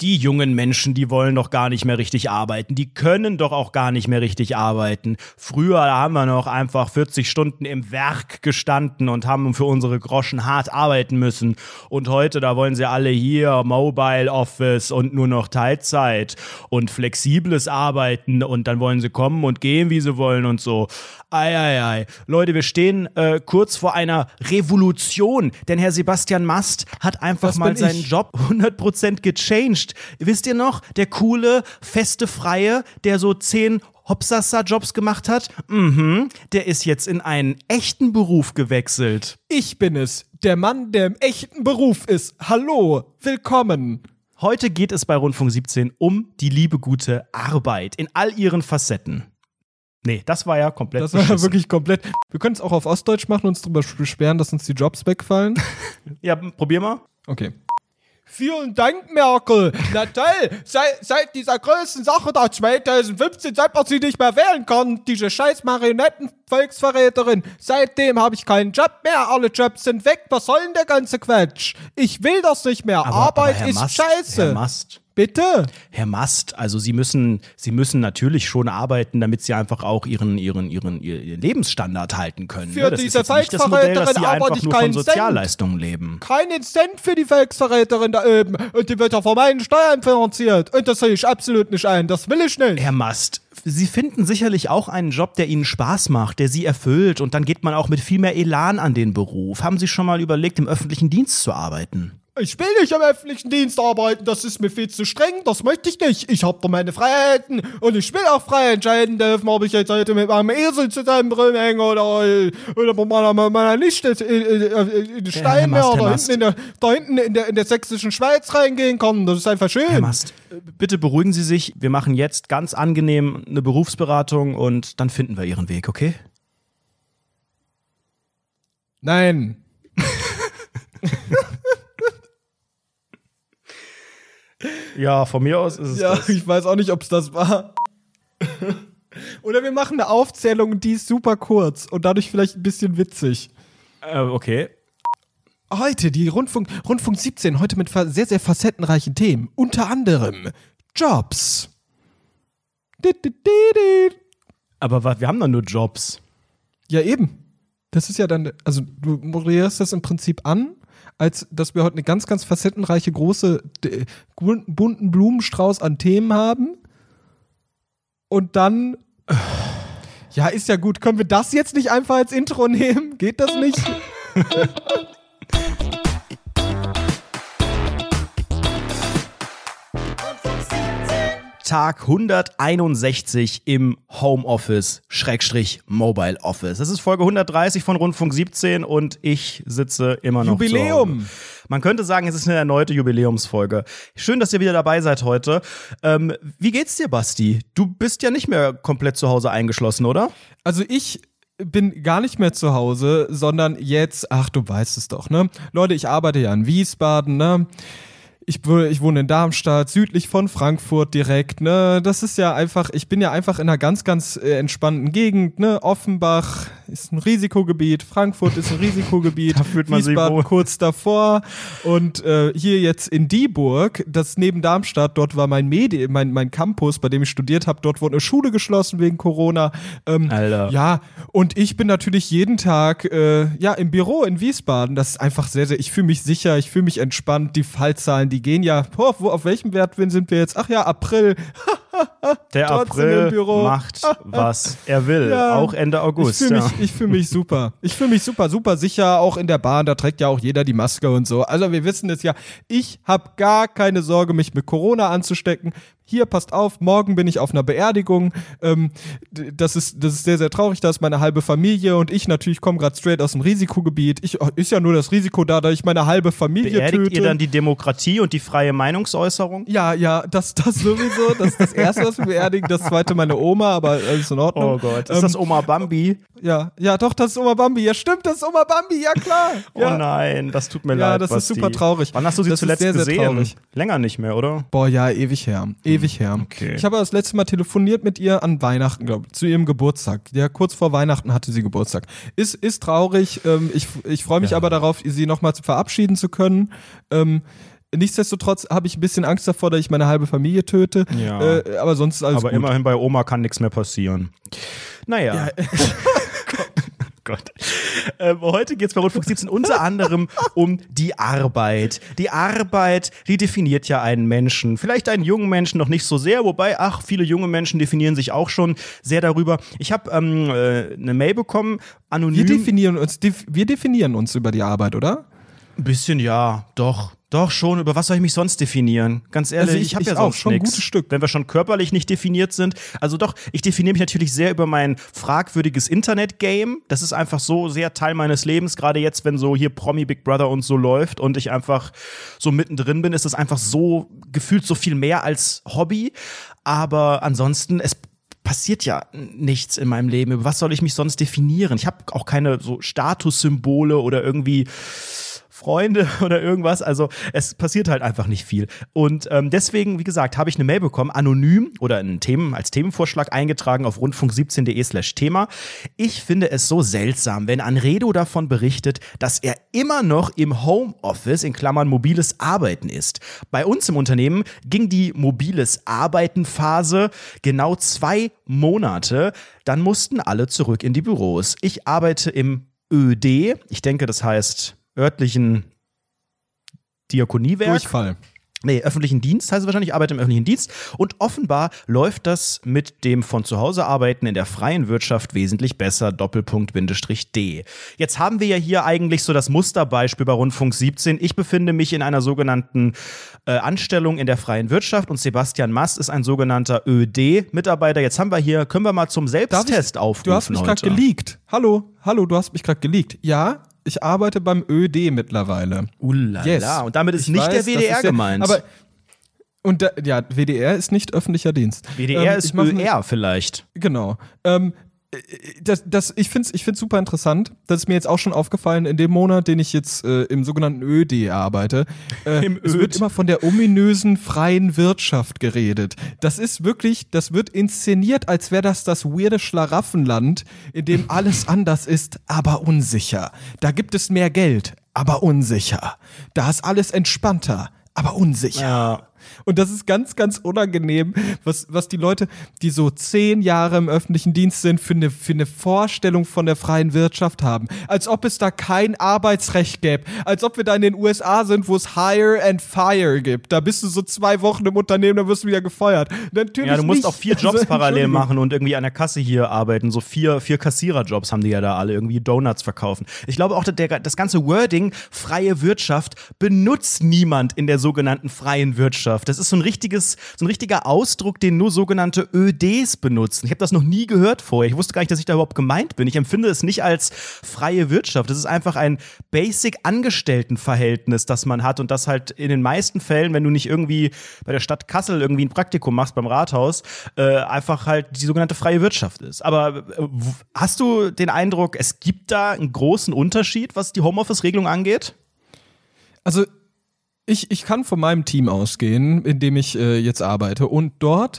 die jungen Menschen, die wollen doch gar nicht mehr richtig arbeiten. Die können doch auch gar nicht mehr richtig arbeiten. Früher, da haben wir noch einfach 40 Stunden im Werk gestanden und haben für unsere Groschen hart arbeiten müssen. Und heute, da wollen sie alle hier Mobile Office und nur noch Teilzeit und flexibles Arbeiten und dann wollen sie kommen und gehen, wie sie wollen und so. Ei. Leute, wir stehen kurz vor einer Revolution, denn Herr Sebastian Mast hat einfach mal seinen Job 100% gechanged. Wisst ihr noch, der coole, feste Freie, der so 10 Hopsasa-Jobs gemacht hat? Der ist jetzt in einen echten Beruf gewechselt. Ich bin es, der Mann, der im echten Beruf ist. Hallo, willkommen. Heute geht es bei Rundfunk 17 um die liebe gute Arbeit in all ihren Facetten. Nee, das war ja komplett Das war ja wirklich komplett. Wir können es auch auf Ostdeutsch machen und uns darüber beschweren, dass uns die Jobs wegfallen. Ja, probier mal. Okay. Vielen Dank, Merkel. Na toll, seit dieser größten Sache da 2015, seit man sie nicht mehr wählen kann, diese scheiß Marionetten-Volksverräterin, seitdem habe ich keinen Job mehr, alle Jobs sind weg, was soll denn der ganze Quatsch? Ich will das nicht mehr, Arbeit ist scheiße. Herr Mast. Bitte? Herr Mast, also Sie müssen natürlich schon arbeiten, damit Sie einfach auch Ihren Lebensstandard halten können. Für das diese ist jetzt nicht das Modell, dass Sie einfach nur von Cent. Sozialleistungen leben. Keinen Cent für die Volksverräterin da oben. Und die wird ja von meinen Steuern finanziert. Und das sehe ich absolut nicht ein. Das will ich nicht. Herr Mast, Sie finden sicherlich auch einen Job, der Ihnen Spaß macht, der Sie erfüllt. Und dann geht man auch mit viel mehr Elan an den Beruf. Haben Sie schon mal überlegt, im öffentlichen Dienst zu arbeiten? Ich will nicht im öffentlichen Dienst arbeiten, das ist mir viel zu streng, das möchte ich nicht. Ich habe da meine Freiheiten und ich will auch frei entscheiden dürfen, ob ich jetzt heute mit meinem Esel zusammen rumhänge oder mit meiner Nichte in den Stein oder da hinten in der sächsischen Schweiz reingehen kann. Das ist einfach schön. Herr Mast, bitte beruhigen Sie sich. Wir machen jetzt ganz angenehm eine Berufsberatung und dann finden wir Ihren Weg, okay? Nein. Ja, von mir aus ist es das. Ich weiß auch nicht, ob es das war. Oder wir machen eine Aufzählung, die ist super kurz und dadurch vielleicht ein bisschen witzig. Okay. Heute die Rundfunk 17, heute mit sehr, sehr facettenreichen Themen. Unter anderem Jobs. Aber wir haben doch nur Jobs. Ja, eben. Das ist ja dann, also du moderierst das im Prinzip an, als dass wir heute eine ganz, ganz facettenreiche, große, bunten Blumenstrauß an Themen haben. Und dann, ja, ist ja gut. Können wir das jetzt nicht einfach als Intro nehmen? Geht das nicht? Tag 161 im Homeoffice / Mobile Office. Das ist Folge 130 von Rundfunk 17 und ich sitze immer noch Jubiläum. zu Hause. Man könnte sagen, es ist eine erneute Jubiläumsfolge. Schön, dass ihr wieder dabei seid heute. Wie geht's dir, Basti? Du bist ja nicht mehr komplett zu Hause eingeschlossen, oder? Also ich bin gar nicht mehr zu Hause, sondern jetzt, ach, du weißt es doch, ne? Leute, ich arbeite ja in Wiesbaden, ne? Ich wohne in Darmstadt, südlich von Frankfurt direkt, ne? Das ist ja einfach, ich bin ja einfach in einer ganz, ganz entspannten Gegend, ne? Offenbach ist ein Risikogebiet, Frankfurt ist ein Risikogebiet, Da fühlt man sich Wiesbaden wohl. kurz davor und hier jetzt in Dieburg, das neben Darmstadt, dort war mein Campus, bei dem ich studiert habe, dort wurde eine Schule geschlossen wegen Corona. Alter. Ja, und ich bin natürlich jeden Tag im Büro in Wiesbaden. Das ist einfach sehr, sehr, ich fühle mich sicher, ich fühle mich entspannt, die Fallzahlen, die gehen ja, auf welchem Wert sind wir jetzt? Ach ja, April. Der April macht, was er will, Ja. auch Ende August. Ich fühle mich super. Ich fühle mich super, super sicher, auch in der Bahn, da trägt ja auch jeder die Maske und so. Also wir wissen es ja, ich habe gar keine Sorge, mich mit Corona anzustecken. Hier, passt auf, morgen bin ich auf einer Beerdigung. Das ist sehr, sehr traurig, da ist meine halbe Familie und ich natürlich komme gerade straight aus dem Risikogebiet. Ist ja nur das Risiko da ich meine halbe Familie Beerdigt töte. ihr dann die Demokratie und die freie Meinungsäußerung? Ja, das sowieso. Das ist das Erste, was wir beerdigen. Das Zweite meine Oma, aber alles in Ordnung. Oh Gott, ist das Oma Bambi? Ja, doch, das ist Oma Bambi. Ja, stimmt, das ist Oma Bambi, ja klar. Ja. Oh nein, das tut mir leid, Ja, das ist Basti. super traurig. Wann hast du sie Das ist zuletzt sehr, sehr gesehen? traurig. Länger nicht mehr, oder? Boah, ja, ewig her. Okay. Ich habe das letzte Mal telefoniert mit ihr an Weihnachten, glaube ich, zu ihrem Geburtstag. Ja, kurz vor Weihnachten hatte sie Geburtstag. Ist traurig. Ich freue mich aber darauf, sie nochmal verabschieden zu können. nichtsdestotrotz habe ich ein bisschen Angst davor, dass ich meine halbe Familie töte. Ja. Aber sonst ist alles Aber gut. immerhin bei Oma kann nichts mehr passieren. Naja. Ja. Gott. Heute geht es bei Rundfunk 17 unter anderem um die Arbeit. Die Arbeit, die definiert ja einen Menschen. Vielleicht einen jungen Menschen noch nicht so sehr, wobei, viele junge Menschen definieren sich auch schon sehr darüber. Ich habe eine Mail bekommen, anonym. Wir definieren uns über die Arbeit, oder? Ein bisschen, ja, doch schon. Über was soll ich mich sonst definieren? Ganz ehrlich, Also ich habe ja auch sonst schon ein nix. gutes Stück. Wenn wir schon körperlich nicht definiert sind. Also doch, ich definiere mich natürlich sehr über mein fragwürdiges Internet-Game. Das ist einfach so sehr Teil meines Lebens. Gerade jetzt, wenn so hier Promi Big Brother und so läuft und ich einfach so mittendrin bin, ist das einfach so gefühlt so viel mehr als Hobby. Aber ansonsten, es passiert ja nichts in meinem Leben. Über was soll ich mich sonst definieren? Ich habe auch keine so Statussymbole oder irgendwie Freunde oder irgendwas, also es passiert halt einfach nicht viel. Und deswegen, wie gesagt, habe ich eine Mail bekommen, anonym oder als Themenvorschlag eingetragen auf rundfunk17.de/Thema. Ich finde es so seltsam, wenn Anredo davon berichtet, dass er immer noch im Homeoffice, in Klammern mobiles Arbeiten ist. Bei uns im Unternehmen ging die mobiles Arbeiten-Phase genau 2 Monate, dann mussten alle zurück in die Büros. Ich arbeite im ÖD, ich denke, das heißt örtlichen Diakoniewerk. Durchfall. Nee, öffentlichen Dienst heißt es wahrscheinlich, ich arbeite im öffentlichen Dienst. Und offenbar läuft das mit dem von zu Hause arbeiten in der freien Wirtschaft wesentlich besser, _D. Jetzt haben wir ja hier eigentlich so das Musterbeispiel bei Rundfunk 17. Ich befinde mich in einer sogenannten Anstellung in der freien Wirtschaft und Sebastian Mast ist ein sogenannter ÖD-Mitarbeiter. Jetzt können wir mal zum Selbsttest aufrufen. Du hast mich gerade geleakt. Hallo, du hast mich gerade geleakt. Ja, ich arbeite beim ÖD mittlerweile. Ulala. Yes. Und damit ist nicht der WDR gemeint. WDR ist nicht öffentlicher Dienst. WDR ist ÖR vielleicht. Genau. Ich finde es super interessant. Das ist mir jetzt auch schon aufgefallen in dem Monat, den ich jetzt im sogenannten ÖD arbeite. Es wird immer von der ominösen freien Wirtschaft geredet. Das wird inszeniert, als wäre das weirde Schlaraffenland, in dem alles anders ist, aber unsicher. Da gibt es mehr Geld, aber unsicher. Da ist alles entspannter, aber unsicher. Ja. Und das ist ganz, ganz unangenehm, was die Leute, die so 10 Jahre im öffentlichen Dienst sind, für eine Vorstellung von der freien Wirtschaft haben. Als ob es da kein Arbeitsrecht gäbe. Als ob wir da in den USA sind, wo es Hire and Fire gibt. Da bist du so 2 Wochen im Unternehmen, dann wirst du wieder gefeuert. Natürlich ja, du musst nicht. auch 4 Jobs parallel machen und irgendwie an der Kasse hier arbeiten. So 4 Kassiererjobs haben die ja da alle, irgendwie Donuts verkaufen. Ich glaube auch, das ganze Wording freie Wirtschaft benutzt niemand in der sogenannten freien Wirtschaft. Das ist so ein richtiger Ausdruck, den nur sogenannte ÖDs benutzen. Ich habe das noch nie gehört vorher. Ich wusste gar nicht, dass ich da überhaupt gemeint bin. Ich empfinde es nicht als freie Wirtschaft. Das ist einfach ein Basic-Angestelltenverhältnis, das man hat und das halt in den meisten Fällen, wenn du nicht irgendwie bei der Stadt Kassel irgendwie ein Praktikum machst beim Rathaus, einfach halt die sogenannte freie Wirtschaft ist. Aber hast du den Eindruck, es gibt da einen großen Unterschied, was die Homeoffice-Regelung angeht? Also Ich kann von meinem Team ausgehen, in dem ich jetzt arbeite. Und dort,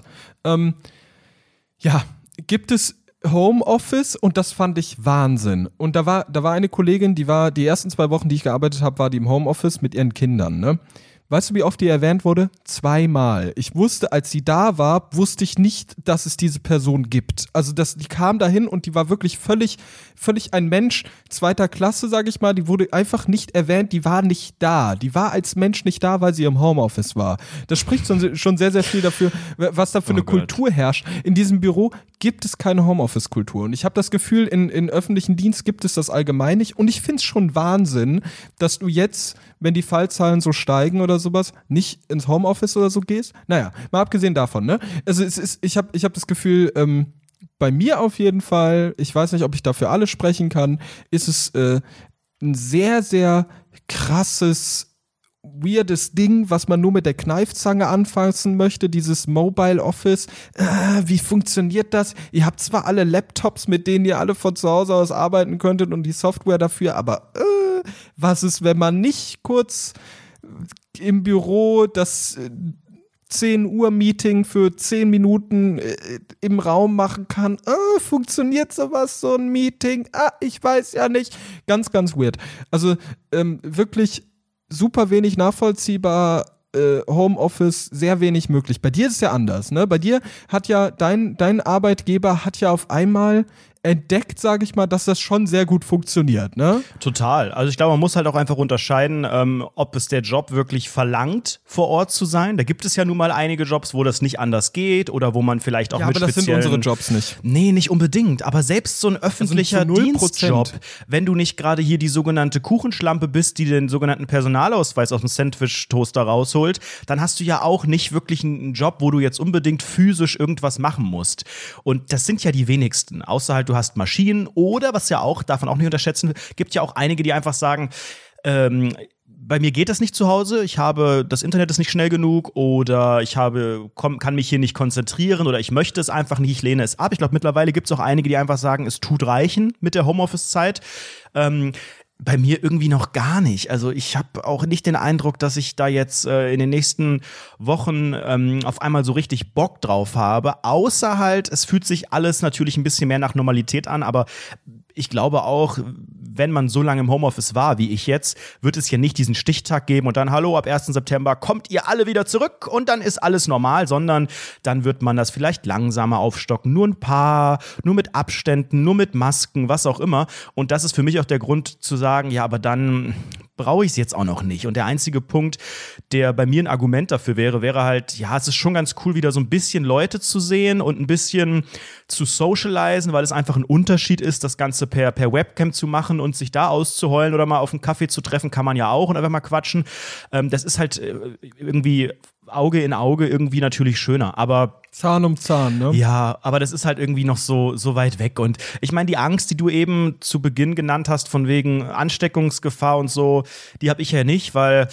gibt es Homeoffice und das fand ich Wahnsinn. Und da war eine Kollegin, die ersten 2 Wochen, die ich gearbeitet habe, war die im Homeoffice mit ihren Kindern, ne? Weißt du, wie oft die erwähnt wurde? 2-mal. Ich wusste, als sie da war, wusste ich nicht, dass es diese Person gibt. Also die kam dahin und die war wirklich völlig ein Mensch 2. Klasse, sag ich mal. Die wurde einfach nicht erwähnt, die war nicht da. Die war als Mensch nicht da, weil sie im Homeoffice war. Das spricht schon sehr, sehr viel dafür, was da für eine Kultur herrscht. In diesem Büro gibt es keine Homeoffice-Kultur. Und ich habe das Gefühl, in öffentlichen Dienst gibt es das allgemein nicht. Und ich finde es schon Wahnsinn, dass du jetzt, wenn die Fallzahlen so steigen oder sowas, nicht ins Homeoffice oder so gehst. Naja, mal abgesehen davon, ne? Also ich hab das Gefühl, bei mir auf jeden Fall, ich weiß nicht, ob ich dafür alle sprechen kann, ist es ein sehr, sehr krasses, weirdes Ding, was man nur mit der Kneifzange anfassen möchte, dieses Mobile Office. Wie funktioniert das? Ihr habt zwar alle Laptops, mit denen ihr alle von zu Hause aus arbeiten könntet und die Software dafür, aber was ist, wenn man nicht kurz im Büro das 10 Uhr Meeting für 10 Minuten im Raum machen kann? Funktioniert sowas, so ein Meeting? Ich weiß ja nicht. Ganz, ganz weird. Also wirklich super wenig nachvollziehbar, Homeoffice sehr wenig möglich. Bei dir ist es ja anders, ne? Bei dir hat ja dein Arbeitgeber hat ja auf einmal entdeckt, sage ich mal, dass das schon sehr gut funktioniert, ne? Total. Also ich glaube, man muss halt auch einfach unterscheiden, ob es der Job wirklich verlangt, vor Ort zu sein. Da gibt es ja nun mal einige Jobs, wo das nicht anders geht oder wo man vielleicht auch mit aber das speziellen... sind unsere Jobs nicht. Nee, nicht unbedingt. Aber selbst so ein öffentlicher Also zu 0%. Dienstjob, wenn du nicht gerade hier die sogenannte Kuchenschlampe bist, die den sogenannten Personalausweis aus dem Sandwich-Toaster rausholt, dann hast du ja auch nicht wirklich einen Job, wo du jetzt unbedingt physisch irgendwas machen musst. Und das sind ja die wenigsten. Außer halt, du hast Maschinen oder, was ja auch, darf man auch nicht unterschätzen, gibt ja auch einige, die einfach sagen, bei mir geht das nicht zu Hause, das Internet ist nicht schnell genug oder kann mich hier nicht konzentrieren oder ich möchte es einfach nicht, ich lehne es ab. Ich glaube, mittlerweile gibt es auch einige, die einfach sagen, es tut reichen mit der Homeoffice-Zeit. Bei mir irgendwie noch gar nicht. Also ich habe auch nicht den Eindruck, dass ich da jetzt in den nächsten Wochen auf einmal so richtig Bock drauf habe. Außer halt, es fühlt sich alles natürlich ein bisschen mehr nach Normalität an, aber ich glaube auch, wenn man so lange im Homeoffice war, wie ich jetzt, wird es ja nicht diesen Stichtag geben und dann, hallo, ab 1. September kommt ihr alle wieder zurück und dann ist alles normal, sondern dann wird man das vielleicht langsamer aufstocken. Nur ein paar, nur mit Abständen, nur mit Masken, was auch immer. Und das ist für mich auch der Grund zu sagen, ja, aber dann brauche ich es jetzt auch noch nicht. Und der einzige Punkt, der bei mir ein Argument dafür wäre halt, ja, es ist schon ganz cool, wieder so ein bisschen Leute zu sehen und ein bisschen zu socialisen, weil es einfach ein Unterschied ist, das Ganze per Webcam zu machen und sich da auszuheulen oder mal auf einen Kaffee zu treffen, kann man ja auch und einfach mal quatschen. Das ist halt irgendwie Auge in Auge irgendwie natürlich schöner, aber Zahn um Zahn, ne? Ja, aber das ist halt irgendwie noch so weit weg. Und ich meine, die Angst, die du eben zu Beginn genannt hast, von wegen Ansteckungsgefahr und so, die habe ich ja nicht, weil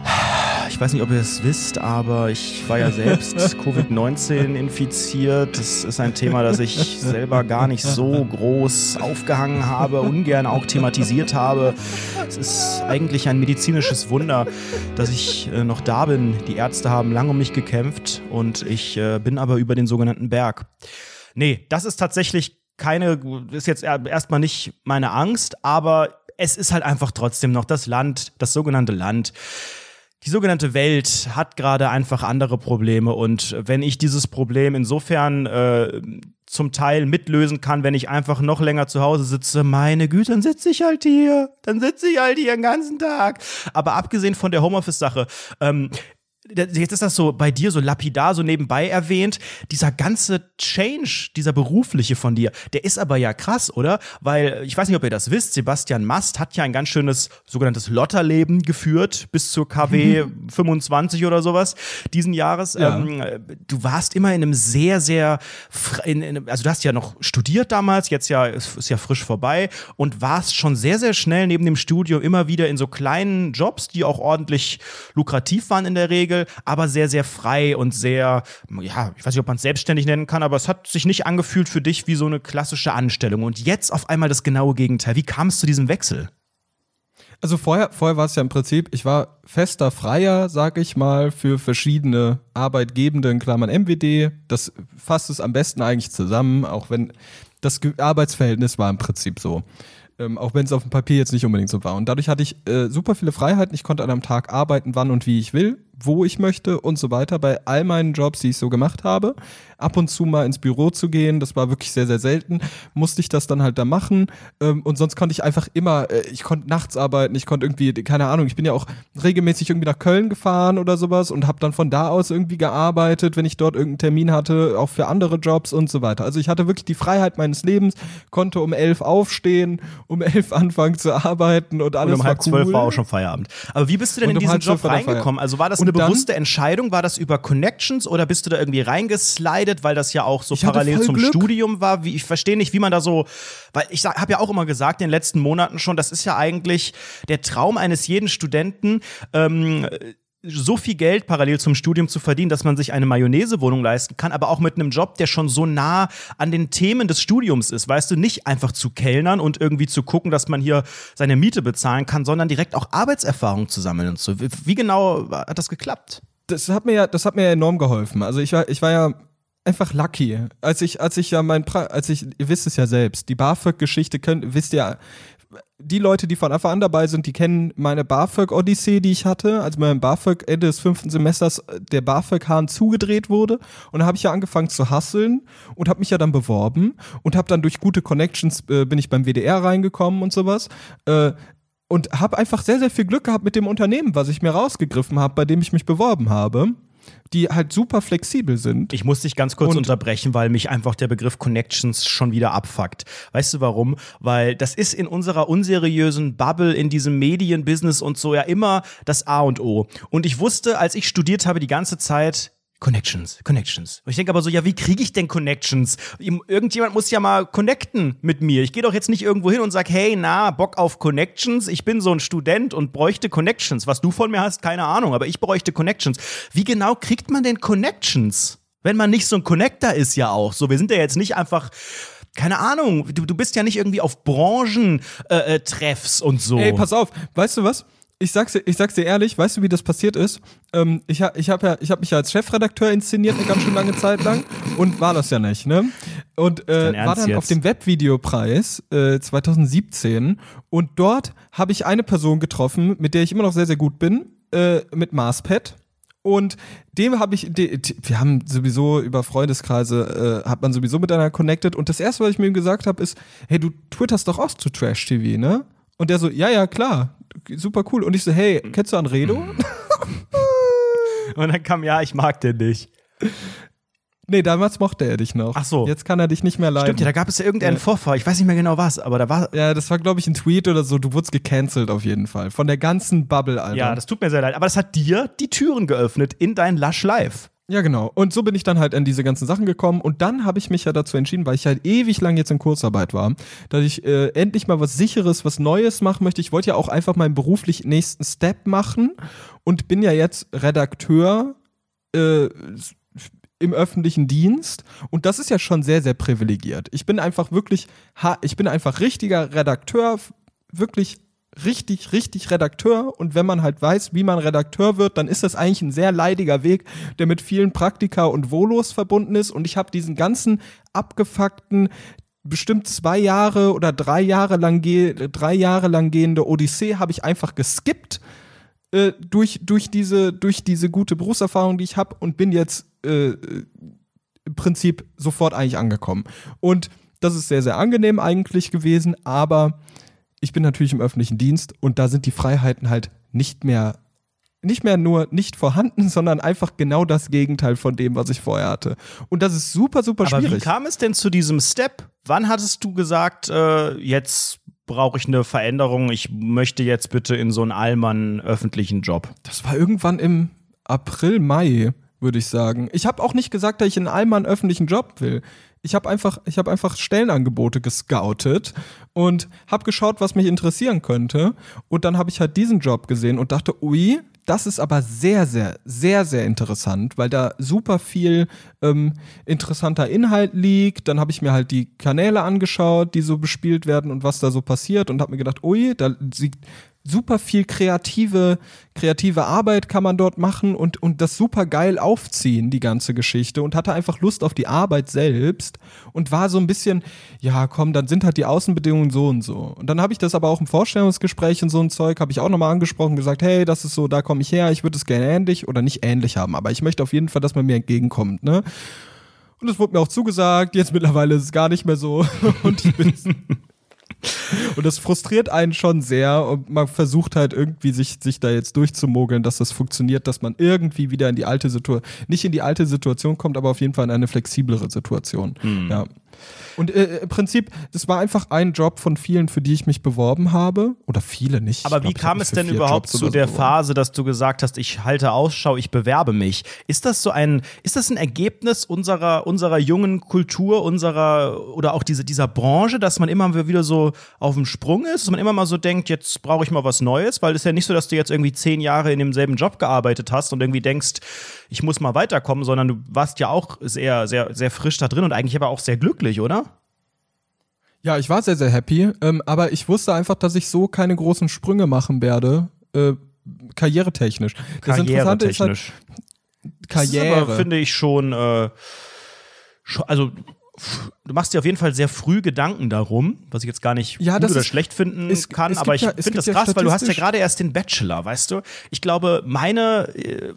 ich weiß nicht, ob ihr es wisst, aber ich war ja selbst Covid-19 infiziert. Das ist ein Thema, das ich selber gar nicht so groß aufgehangen habe, ungern auch thematisiert habe. Es ist eigentlich ein medizinisches Wunder, dass ich noch da bin. Die Ärzte haben lange um mich gekämpft und ich bin aber über den sogenannten Berg. Nee, das ist tatsächlich ist jetzt erstmal nicht meine Angst, aber es ist halt einfach trotzdem noch das Land, das sogenannte Land. Die sogenannte Welt hat gerade einfach andere Probleme und wenn ich dieses Problem insofern zum Teil mitlösen kann, wenn ich einfach noch länger zu Hause sitze, meine Güte, dann sitze ich halt hier den ganzen Tag. Aber abgesehen von der Homeoffice-Sache, jetzt ist das so bei dir so lapidar, so nebenbei erwähnt, dieser ganze Change, dieser berufliche von dir, der ist aber ja krass, oder? Weil, ich weiß nicht, ob ihr das wisst, Sebastian Mast hat ja ein ganz schönes sogenanntes Lotterleben geführt, bis zur KW 25 oder sowas diesen Jahres. Ja. Du warst immer in einem sehr, sehr, also du hast ja noch studiert damals, jetzt ist ja frisch vorbei und warst schon sehr, sehr schnell neben dem Studium immer wieder in so kleinen Jobs, die auch ordentlich lukrativ waren in der Regel, aber sehr, sehr frei und sehr, ja, ich weiß nicht, ob man es selbstständig nennen kann, aber es hat sich nicht angefühlt für dich wie so eine klassische Anstellung. Und jetzt auf einmal das genaue Gegenteil. Wie kam es zu diesem Wechsel? Also vorher war es ja im Prinzip, ich war fester Freier, sag ich mal, für verschiedene Arbeitgebende, in Klammern MWD. Das fasst es am besten eigentlich zusammen, auch wenn das Arbeitsverhältnis war im Prinzip so. Auch wenn es auf dem Papier jetzt nicht unbedingt so war. Und dadurch hatte ich super viele Freiheiten. Ich konnte an einem Tag arbeiten, wann und wie ich will, wo ich möchte und so weiter. Bei all meinen Jobs, die ich so gemacht habe, ab und zu mal ins Büro zu gehen, das war wirklich sehr, sehr selten, musste ich das dann halt da machen. Und sonst konnte ich einfach immer, ich konnte nachts arbeiten, ich konnte irgendwie, keine Ahnung, ich bin ja auch regelmäßig irgendwie nach Köln gefahren oder sowas und habe dann von da aus irgendwie gearbeitet, wenn ich dort irgendeinen Termin hatte, auch für andere Jobs und so weiter. Also ich hatte wirklich die Freiheit meines Lebens, konnte um 11 aufstehen, um 11 anfangen zu arbeiten und alles war cool. Und um 11:30 war auch schon Feierabend. Aber wie bist du denn in diesen Job reingekommen? Also war das eine bewusste Entscheidung? War das über Connections oder bist du da irgendwie reingeslidet, weil das ja auch so parallel zum Studium war? Ich verstehe nicht, wie man da so, weil ich habe ja auch immer gesagt in den letzten Monaten schon, das ist ja eigentlich der Traum eines jeden Studenten, so viel Geld parallel zum Studium zu verdienen, dass man sich eine Mayonnaise-Wohnung leisten kann, aber auch mit einem Job, der schon so nah an den Themen des Studiums ist, weißt du, nicht einfach zu kellnern und irgendwie zu gucken, dass man hier seine Miete bezahlen kann, sondern direkt auch Arbeitserfahrung zu sammeln und so. Wie genau hat das geklappt? Das hat mir ja enorm geholfen. Also ich war ja einfach lucky. Ihr wisst es ja selbst, die BAföG-Geschichte wisst ihr, die Leute, die von Anfang an dabei sind, die kennen meine BAföG-Odyssee, die ich hatte, als mein BAföG Ende des 5. Semesters der BAföG-Hahn zugedreht wurde. Und da habe ich ja angefangen zu hustlen und habe mich ja dann beworben und habe dann durch gute Connections bin ich beim WDR reingekommen und sowas. Und habe einfach sehr, sehr viel Glück gehabt mit dem Unternehmen, was ich mir rausgegriffen habe, bei dem ich mich beworben habe, die halt super flexibel sind. Ich muss dich ganz kurz unterbrechen, weil mich einfach der Begriff Connections schon wieder abfuckt. Weißt du warum? Weil das ist in unserer unseriösen Bubble, in diesem Medienbusiness und so ja immer das A und O. Und ich wusste, als ich studiert habe, die ganze Zeit Connections. Und ich denke aber so, ja, wie kriege ich denn Connections? Irgendjemand muss ja mal connecten mit mir. Ich gehe doch jetzt nicht irgendwo hin und sag, hey, Bock auf Connections? Ich bin so ein Student und bräuchte Connections. Was du von mir hast, keine Ahnung, aber ich bräuchte Connections. Wie genau kriegt man denn Connections? Wenn man nicht so ein Connector ist ja auch. So, wir sind ja jetzt nicht einfach, keine Ahnung, du bist ja nicht irgendwie auf Branchentreffs und so. Ey, pass auf, weißt du was? Ich sag's dir ehrlich, weißt du, wie das passiert ist? Ich hab mich ja als Chefredakteur inszeniert eine ganz schön lange Zeit lang und war das ja nicht, ne? Und war dann auf dem Webvideopreis 2017 und dort habe ich eine Person getroffen, mit der ich immer noch sehr, sehr gut bin, mit Marspet. Und dem wir haben sowieso über Freundeskreise, hat man sowieso miteinander connected. Und das erste, was ich mir ihm gesagt habe, ist, hey, du twitterst doch auch zu Trash-TV, ne? Und der so, ja, klar, super cool. Und ich so, hey, kennst du Anredo? Und dann kam, ja, ich mag den nicht. Nee, damals mochte er dich noch. Ach so. Jetzt kann er dich nicht mehr leiden. Stimmt, ja, da gab es ja irgendeinen Vorfall. Ich weiß nicht mehr genau was, aber da war... Ja, das war, glaube ich, ein Tweet oder so. Du wurdest gecancelt auf jeden Fall. Von der ganzen Bubble, Alter. Ja, das tut mir sehr leid. Aber das hat dir die Türen geöffnet in dein Lush Life. Ja, genau. Und so bin ich dann halt an diese ganzen Sachen gekommen. Und dann habe ich mich ja dazu entschieden, weil ich halt ewig lang jetzt in Kurzarbeit war, dass ich endlich mal was Sicheres, was Neues machen möchte. Ich wollte ja auch einfach meinen beruflich nächsten Step machen und bin ja jetzt Redakteur im öffentlichen Dienst. Und das ist ja schon sehr, sehr privilegiert. Ich bin einfach richtiger Redakteur, wirklich richtig Redakteur, und wenn man halt weiß, wie man Redakteur wird, dann ist das eigentlich ein sehr leidiger Weg, der mit vielen Praktika und Volos verbunden ist, und ich habe diesen ganzen abgefuckten, bestimmt 2 Jahre oder 3 Jahre lang gehende Odyssee habe ich einfach geskippt durch diese gute Berufserfahrung, die ich habe, und bin jetzt im Prinzip sofort eigentlich angekommen. Und das ist sehr, sehr angenehm eigentlich gewesen, aber ich bin natürlich im öffentlichen Dienst und da sind die Freiheiten halt nicht mehr nur nicht vorhanden, sondern einfach genau das Gegenteil von dem, was ich vorher hatte. Und das ist super, super schwierig. Aber wie kam es denn zu diesem Step? Wann hattest du gesagt, jetzt brauche ich eine Veränderung, ich möchte jetzt bitte in so einen Allmann öffentlichen Job? Das war irgendwann im April, Mai, würde ich sagen. Ich habe auch nicht gesagt, dass ich einen Allmann öffentlichen Job will. Ich habe einfach Stellenangebote gescoutet und habe geschaut, was mich interessieren könnte. Und dann habe ich halt diesen Job gesehen und dachte, ui, das ist aber sehr, sehr, sehr, sehr interessant, weil da super viel interessanter Inhalt liegt. Dann habe ich mir halt die Kanäle angeschaut, die so bespielt werden und was da so passiert, und habe mir gedacht, ui, da liegt super viel kreative Arbeit kann man dort machen und das super geil aufziehen, die ganze Geschichte, und hatte einfach Lust auf die Arbeit selbst und war so ein bisschen, ja komm, dann sind halt die Außenbedingungen so und so. Und dann habe ich das aber auch im Vorstellungsgespräch und so ein Zeug, habe ich auch nochmal angesprochen, gesagt, hey, das ist so, da komme ich her, ich würde es gerne ähnlich oder nicht ähnlich haben, aber ich möchte auf jeden Fall, dass man mir entgegenkommt, ne? Und es wurde mir auch zugesagt, jetzt mittlerweile ist es gar nicht mehr so und ich bin... Und das frustriert einen schon sehr, und man versucht halt irgendwie sich da jetzt durchzumogeln, dass das funktioniert, dass man irgendwie wieder nicht in die alte Situation kommt, aber auf jeden Fall in eine flexiblere Situation. Ja. Und im Prinzip, das war einfach ein Job von vielen, für die ich mich beworben habe. Oder viele nicht. Aber wie kam es denn überhaupt zu der Phase, dass du gesagt hast, ich halte Ausschau, ich bewerbe mich? Ist das ein Ergebnis unserer jungen Kultur, oder auch dieser Branche, dass man immer wieder so auf dem Sprung ist, dass man immer mal so denkt, jetzt brauche ich mal was Neues? Weil es ist ja nicht so, dass du jetzt irgendwie 10 Jahre in demselben Job gearbeitet hast und irgendwie denkst, ich muss mal weiterkommen, sondern du warst ja auch sehr, sehr, sehr frisch da drin und eigentlich aber auch sehr glücklich, oder? Ja, ich war sehr, sehr happy, aber ich wusste einfach, dass ich so keine großen Sprünge machen werde, karrieretechnisch. Das Interessante ist halt Karriere. Das ist aber, finde ich, schon, also du machst dir auf jeden Fall sehr früh Gedanken darum, was ich jetzt gar nicht gut oder schlecht finden kann, aber ich finde das krass, weil du hast ja gerade erst den Bachelor, weißt du? Ich glaube, meine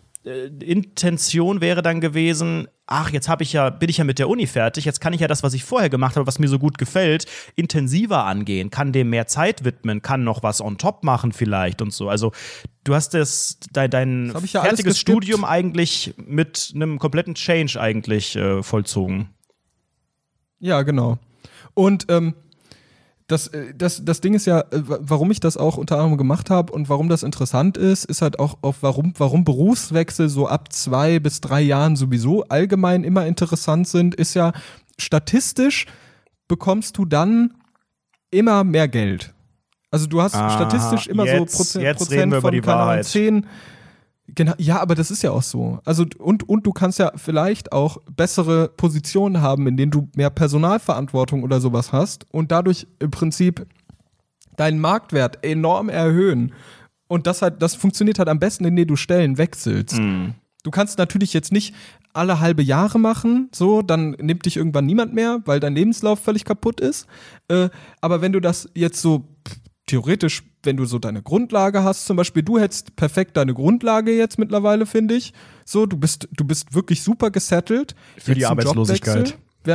Intention wäre dann gewesen, jetzt bin ich ja mit der Uni fertig, jetzt kann ich ja das, was ich vorher gemacht habe, was mir so gut gefällt, intensiver angehen, kann dem mehr Zeit widmen, kann noch was on top machen vielleicht und so. Also du hast dein fertiges Studium eigentlich mit einem kompletten Change eigentlich vollzogen. Ja, genau. Und das Ding ist ja, warum ich das auch unter anderem gemacht habe und warum das interessant ist halt auch, warum Berufswechsel so ab 2 bis 3 Jahren sowieso allgemein immer interessant sind, ist ja, statistisch bekommst du dann immer mehr Geld. Also du hast statistisch immer jetzt Prozent von, keine Ahnung, 10. Genau, ja, aber das ist ja auch so. Also und du kannst ja vielleicht auch bessere Positionen haben, in denen du mehr Personalverantwortung oder sowas hast und dadurch im Prinzip deinen Marktwert enorm erhöhen. Und das funktioniert halt am besten, indem du Stellen wechselst. Du kannst natürlich jetzt nicht alle halbe Jahre machen, so, dann nimmt dich irgendwann niemand mehr, weil dein Lebenslauf völlig kaputt ist. Aber wenn du das jetzt so theoretisch, wenn du so deine Grundlage hast, zum Beispiel, du hättest perfekt deine Grundlage jetzt mittlerweile, finde ich. So, du bist wirklich super gesettelt. Für die Arbeitslosigkeit.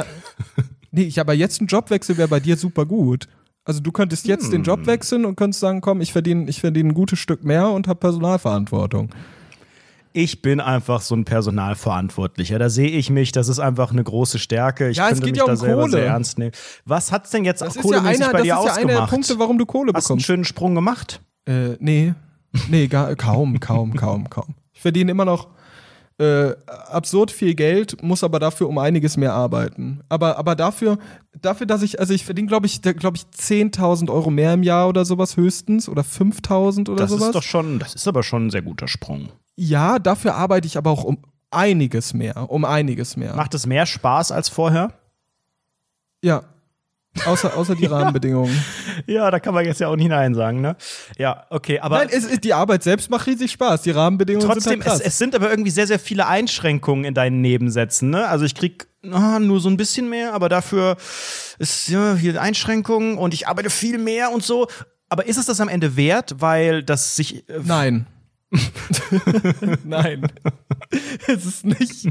Aber jetzt ein Jobwechsel wäre bei dir super gut. Also du könntest jetzt den Job wechseln und könntest sagen, komm, ich verdiene ein gutes Stück mehr und habe Personalverantwortung. Ich bin einfach so ein Personalverantwortlicher. Da sehe ich mich, das ist einfach eine große Stärke. Ich könnte mich da selber sehr ernst nehmen. Was hat's denn jetzt auch kohlemäßig bei dir ausgemacht? Das ist ja einer der Punkte, warum du Kohle bekommst. Hast du einen schönen Sprung gemacht? Nee, kaum. Ich verdiene immer noch absurd viel Geld, muss aber dafür um einiges mehr arbeiten. Aber dafür, dass ich verdiene, glaube ich, 10.000 Euro mehr im Jahr oder sowas höchstens oder 5.000 oder sowas. Das ist aber schon ein sehr guter Sprung. Ja, dafür arbeite ich aber auch um einiges mehr. Macht es mehr Spaß als vorher? Ja. Außer die Rahmenbedingungen. Ja, da kann man jetzt ja auch nicht Nein sagen, ne? Ja, okay, aber. Nein, die Arbeit selbst macht riesig Spaß. Die Rahmenbedingungen trotzdem, sind halt krass. Es sind aber irgendwie sehr, sehr viele Einschränkungen in deinen Nebensätzen, ne? Also ich krieg nur so ein bisschen mehr, aber dafür ist ja viel Einschränkungen und ich arbeite viel mehr und so. Aber ist es das am Ende wert, weil das sich. Nein. Nein. Es ist nicht.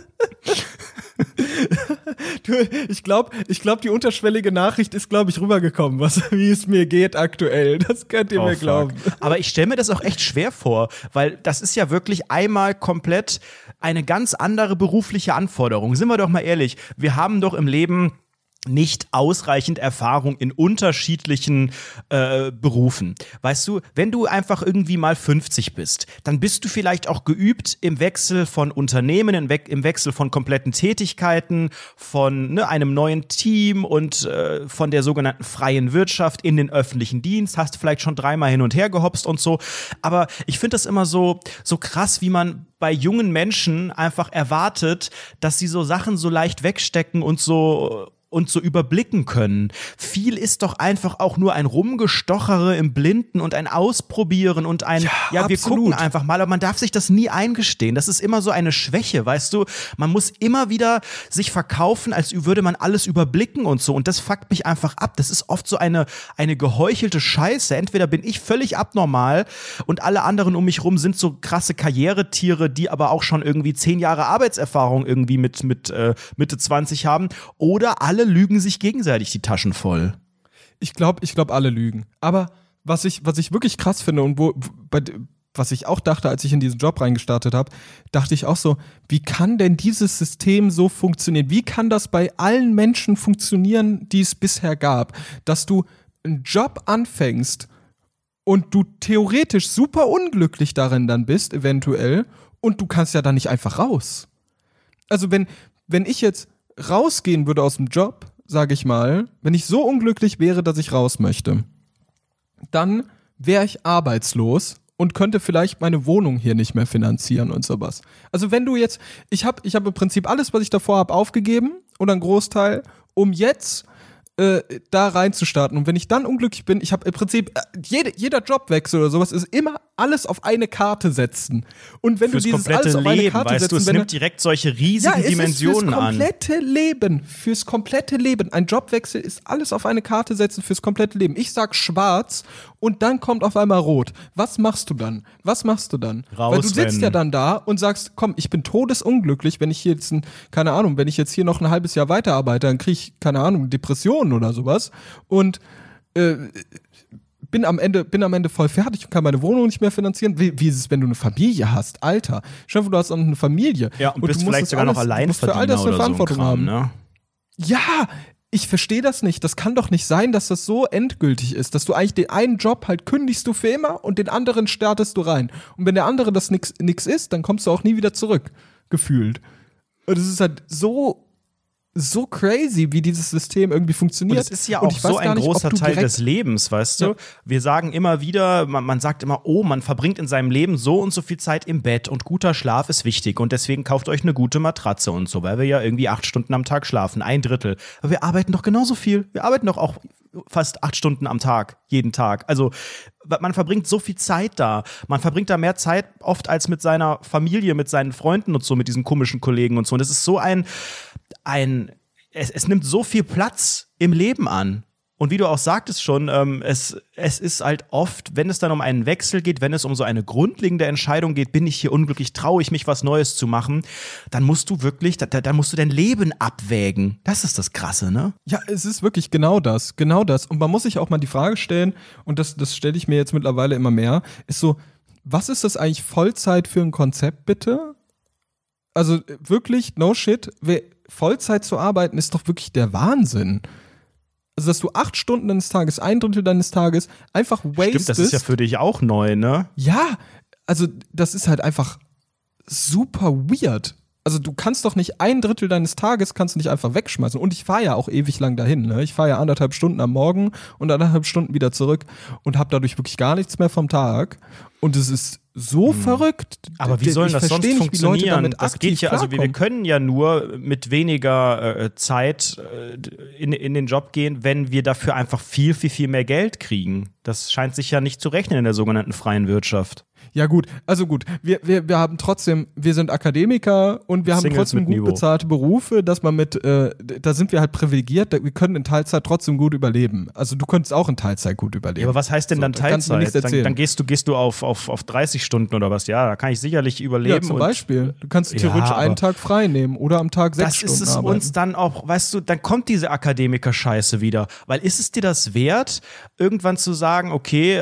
Ich glaube, die unterschwellige Nachricht ist, glaube ich, rübergekommen, wie es mir geht aktuell. Das könnt ihr mir glauben. Aber ich stelle mir das auch echt schwer vor, weil das ist ja wirklich einmal komplett eine ganz andere berufliche Anforderung. Sind wir doch mal ehrlich, wir haben doch im Leben nicht ausreichend Erfahrung in unterschiedlichen Berufen. Weißt du, wenn du einfach irgendwie mal 50 bist, dann bist du vielleicht auch geübt im Wechsel von Unternehmen, im Wechsel von kompletten Tätigkeiten, von einem neuen Team und von der sogenannten freien Wirtschaft in den öffentlichen Dienst. Hast du vielleicht schon 3-mal hin und her gehopst und so. Aber ich finde das immer so krass, wie man bei jungen Menschen einfach erwartet, dass sie so Sachen so leicht wegstecken und so überblicken können. Viel ist doch einfach auch nur ein Rumgestochere im Blinden und ein Ausprobieren und wir gucken einfach mal, aber man darf sich das nie eingestehen. Das ist immer so eine Schwäche, weißt du? Man muss immer wieder sich verkaufen, als würde man alles überblicken und so und das fuckt mich einfach ab. Das ist oft so eine geheuchelte Scheiße. Entweder bin ich völlig abnormal und alle anderen um mich rum sind so krasse Karrieretiere, die aber auch schon irgendwie 10 Jahre Arbeitserfahrung irgendwie mit Mitte 20 haben, oder alle lügen sich gegenseitig die Taschen voll. Ich glaube, alle lügen. Aber was ich wirklich krass finde und was ich auch dachte, als ich in diesen Job reingestartet habe, dachte ich auch so, wie kann denn dieses System so funktionieren? Wie kann das bei allen Menschen funktionieren, die es bisher gab? Dass du einen Job anfängst und du theoretisch super unglücklich darin dann bist, eventuell, und du kannst ja dann nicht einfach raus. Also wenn ich jetzt rausgehen würde aus dem Job, sage ich mal, wenn ich so unglücklich wäre, dass ich raus möchte, dann wäre ich arbeitslos und könnte vielleicht meine Wohnung hier nicht mehr finanzieren und sowas. Also wenn du jetzt, ich hab im Prinzip alles, was ich davor habe, aufgegeben oder einen Großteil, um jetzt da reinzustarten. Und wenn ich dann unglücklich bin, ich habe im Prinzip, jeder Jobwechsel oder sowas ist immer alles auf eine Karte setzen. Und wenn Fürs du dieses komplette alles auf eine Leben, Karte weißt setzt, du, es nimmt direkt solche riesigen Dimensionen an. Fürs komplette Leben. Ein Jobwechsel ist alles auf eine Karte setzen fürs komplette Leben. Ich sag schwarz und dann kommt auf einmal rot. Was machst du dann? Weil du sitzt ja dann da und sagst, komm, ich bin todesunglücklich, wenn ich hier jetzt, wenn ich jetzt hier noch ein halbes Jahr weiterarbeite, dann kriege ich, keine Ahnung, Depressionen oder sowas. Und bin am Ende voll fertig und kann meine Wohnung nicht mehr finanzieren. Wie ist es, wenn du eine Familie hast? Alter, stell dir vor, du hast eine Familie. Ja, und bist vielleicht sogar noch Alleinverdiener für all das eine oder Verantwortung so ein haben. Kram, ne? Ja, ich verstehe das nicht. Das kann doch nicht sein, dass das so endgültig ist, dass du eigentlich den einen Job halt kündigst du für immer und den anderen startest du rein. Und wenn der andere das nix ist, dann kommst du auch nie wieder zurück, gefühlt. Und es ist halt so crazy, wie dieses System irgendwie funktioniert. Und es ist ja auch so ein großer Teil des Lebens, weißt du? Ja. Wir sagen immer wieder, man sagt immer, man verbringt in seinem Leben so und so viel Zeit im Bett und guter Schlaf ist wichtig und deswegen kauft euch eine gute Matratze und so, weil wir ja irgendwie 8 Stunden am Tag schlafen, 1/3. Aber wir arbeiten doch genauso viel. Wir arbeiten doch auch fast 8 Stunden am Tag, jeden Tag. Also man verbringt so viel Zeit da. Man verbringt da mehr Zeit oft als mit seiner Familie, mit seinen Freunden und so, mit diesen komischen Kollegen und so. Und es ist so es nimmt so viel Platz im Leben an. Und wie du auch sagtest schon, es ist halt oft, wenn es dann um einen Wechsel geht, wenn es um so eine grundlegende Entscheidung geht, bin ich hier unglücklich, traue ich mich, was Neues zu machen, dann musst du wirklich, dann musst du dein Leben abwägen. Das ist das Krasse, ne? Ja, es ist wirklich genau das. Und man muss sich auch mal die Frage stellen, und das stelle ich mir jetzt mittlerweile immer mehr, ist so, was ist das eigentlich Vollzeit für ein Konzept, bitte? Also wirklich, no shit, Vollzeit zu arbeiten ist doch wirklich der Wahnsinn. Also, dass du 8 Stunden deines Tages, 1/3 deines Tages einfach wastest. Stimmt, das ist ja für dich auch neu, ne? Ja, also das ist halt einfach super weird. Also du kannst doch nicht 1/3 deines Tages kannst du nicht einfach wegschmeißen. Und ich fahre ja auch ewig lang dahin. Ne? Ich fahre ja 1,5 Stunden am Morgen und 1,5 Stunden wieder zurück und habe dadurch wirklich gar nichts mehr vom Tag. Und es ist so verrückt. Aber wie soll das sonst funktionieren? Das geht ja, also wir können ja nur mit weniger Zeit in den Job gehen, wenn wir dafür einfach viel, viel, viel mehr Geld kriegen. Das scheint sich ja nicht zu rechnen in der sogenannten freien Wirtschaft. Ja gut, wir haben trotzdem, wir sind Akademiker und wir haben trotzdem gut bezahlte Berufe, dass man da sind wir halt privilegiert, wir können in Teilzeit trotzdem gut überleben. Also du könntest auch in Teilzeit gut überleben. Ja, aber was heißt denn dann Teilzeit? Dann gehst du auf 30 Stunden oder was? Ja, da kann ich sicherlich überleben. Ja, zum Beispiel. Du kannst theoretisch einen Tag frei nehmen oder am Tag 6 Stunden Das ist es arbeiten. uns dann auch, weißt du, dann kommt diese Akademiker-Scheiße wieder. Weil ist es dir das wert, irgendwann zu sagen, okay,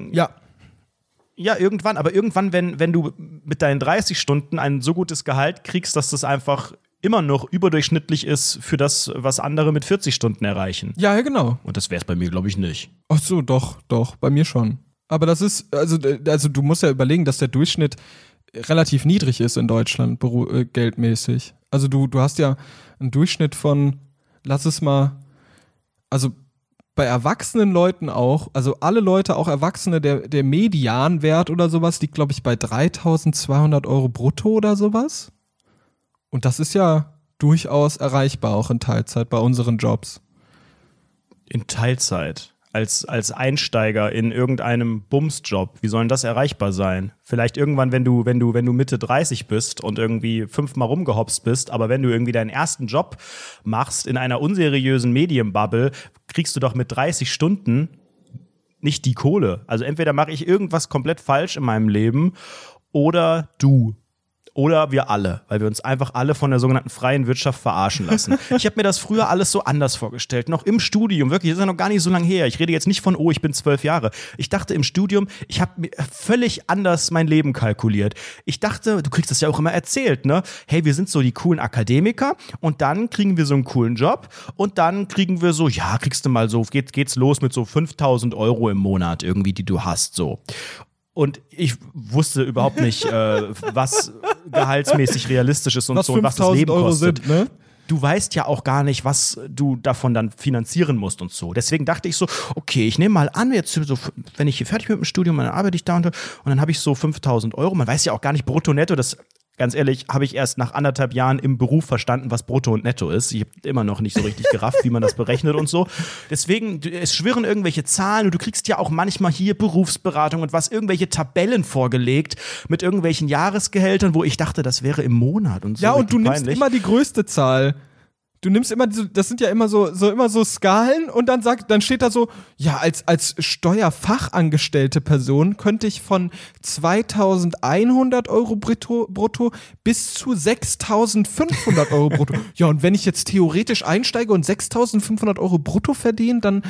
Ja, irgendwann, aber irgendwann, wenn du mit deinen 30 Stunden ein so gutes Gehalt kriegst, dass das einfach immer noch überdurchschnittlich ist für das, was andere mit 40 Stunden erreichen. Ja, genau. Und das wäre es bei mir, glaube ich, nicht. Ach so, doch, bei mir schon. Aber das ist, also du musst ja überlegen, dass der Durchschnitt relativ niedrig ist in Deutschland, geldmäßig. Also du hast ja einen Durchschnitt von, lass es mal, also bei erwachsenen Leuten auch, also alle Leute, auch Erwachsene, der Medianwert oder sowas liegt, glaube ich, bei 3.200 € brutto oder sowas. Und das ist ja durchaus erreichbar, auch in Teilzeit bei unseren Jobs. In Teilzeit? Als Einsteiger in irgendeinem Bumsjob, wie soll denn das erreichbar sein? Vielleicht irgendwann, wenn du Mitte 30 bist und irgendwie 5-mal rumgehopst bist, aber wenn du irgendwie deinen ersten Job machst in einer unseriösen Medienbubble, kriegst du doch mit 30 Stunden nicht die Kohle. Also entweder mache ich irgendwas komplett falsch in meinem Leben oder du. Oder wir alle, weil wir uns einfach alle von der sogenannten freien Wirtschaft verarschen lassen. Ich habe mir das früher alles so anders vorgestellt, noch im Studium, wirklich, das ist ja noch gar nicht so lange her. Ich rede jetzt nicht von, ich bin 12 Jahre. Ich dachte im Studium, ich habe mir völlig anders mein Leben kalkuliert. Ich dachte, du kriegst das ja auch immer erzählt, ne? Hey, wir sind so die coolen Akademiker und dann kriegen wir so einen coolen Job und dann kriegen wir so, ja, kriegst du mal so, geht's los mit so 5.000 € im Monat irgendwie, die du hast, so. Und ich wusste überhaupt nicht, was gehaltsmäßig realistisch ist und so und was das Leben kostet. Sind, ne? Du weißt ja auch gar nicht, was du davon dann finanzieren musst und so. Deswegen dachte ich so, okay, ich nehme mal an, jetzt so, wenn ich hier fertig bin mit dem Studium, dann arbeite ich da und dann habe ich so 5.000 €. Man weiß ja auch gar nicht brutto, netto, das ganz ehrlich, habe ich erst nach 1,5 Jahren im Beruf verstanden, was Brutto und Netto ist. Ich habe immer noch nicht so richtig gerafft, wie man das berechnet und so. Deswegen, es schwirren irgendwelche Zahlen und du kriegst ja auch manchmal hier Berufsberatung und was, irgendwelche Tabellen vorgelegt mit irgendwelchen Jahresgehältern, wo ich dachte, das wäre im Monat und so. Ja, und du nimmst peinlich. immer die größte Zahl. Du nimmst immer, das sind ja immer so Skalen und dann steht da so, ja, als Steuerfachangestellte Person könnte ich von 2.100 Euro brutto bis zu 6.500 Euro brutto. Ja, und wenn ich jetzt theoretisch einsteige und 6.500 Euro brutto verdiene, dann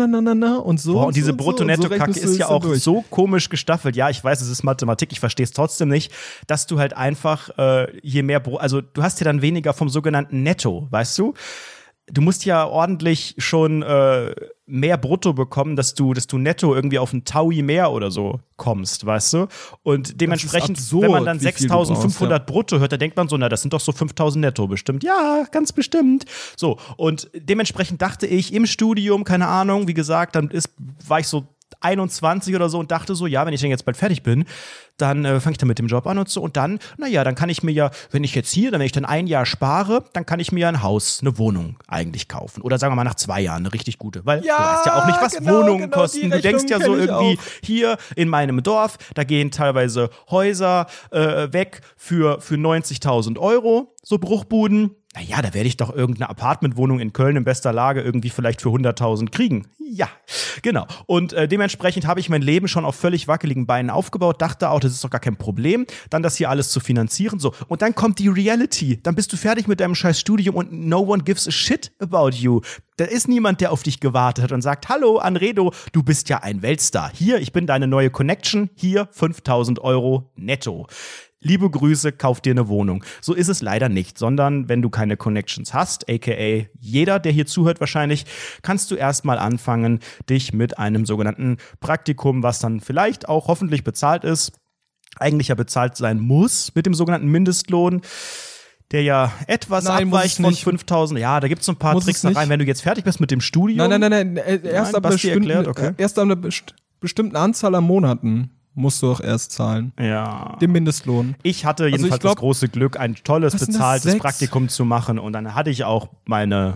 und so. Boah, und diese so, Brutto-Netto-Kacke so ist ja auch durch. so komisch gestaffelt. Ja, ich weiß, es ist Mathematik, ich verstehe es trotzdem nicht, dass du halt einfach je mehr, also du hast ja dann weniger vom sogenannten Netto, weißt du? Du musst ja ordentlich schon mehr Brutto bekommen, dass du netto irgendwie auf ein Taui mehr oder so kommst, weißt du? Und dementsprechend, absurd, wenn man dann wie viel du 6.500 brauchst, brutto hört, da denkt man so, na, das sind doch so 5.000 netto bestimmt. Ja, ganz bestimmt. So, und dementsprechend dachte ich im Studium, keine Ahnung, wie gesagt, war ich so 21 oder so und dachte so, ja, wenn ich dann jetzt bald fertig bin, dann fange ich dann mit dem Job an und so und dann, naja, dann kann ich mir ja, wenn ich dann 1 Jahr spare, dann kann ich mir ein Haus, eine Wohnung eigentlich kaufen. Oder sagen wir mal nach 2 Jahren eine richtig gute, weil Ja, du weißt ja auch nicht, was Wohnungen kosten. Du denkst ja so kenn ich irgendwie, auch. hier in meinem Dorf, da gehen teilweise Häuser weg für 90.000 Euro, so Bruchbuden. Naja, da werde ich doch irgendeine Apartmentwohnung in Köln in bester Lage irgendwie vielleicht für 100.000 kriegen. Ja, genau. Und dementsprechend habe ich mein Leben schon auf völlig wackeligen Beinen aufgebaut, dachte auch, das ist doch gar kein Problem, dann das hier alles zu finanzieren. So. Und dann kommt die Reality. Dann bist du fertig mit deinem scheiß Studium und no one gives a shit about you. Da ist niemand, der auf dich gewartet hat und sagt, hallo, Anredo, du bist ja ein Weltstar. Hier, ich bin deine neue Connection. Hier 5.000 Euro netto. Liebe Grüße, kauf dir eine Wohnung. So ist es leider nicht, sondern wenn du keine Connections hast, aka jeder, der hier zuhört wahrscheinlich, kannst du erstmal anfangen, dich mit einem sogenannten Praktikum, was dann vielleicht auch hoffentlich bezahlt ist, eigentlich ja bezahlt sein muss mit dem sogenannten Mindestlohn, der ja etwas abweicht von 5.000. Ja, da gibt es so ein paar Tricks noch rein. Wenn du jetzt fertig bist mit dem Studium. Nein. Erst ab einer bestimmten Anzahl an Monaten musst du auch erst zahlen. Ja. Den Mindestlohn. Ich hatte jedenfalls das große Glück, ein tolles bezahltes Praktikum zu machen und dann hatte ich auch meine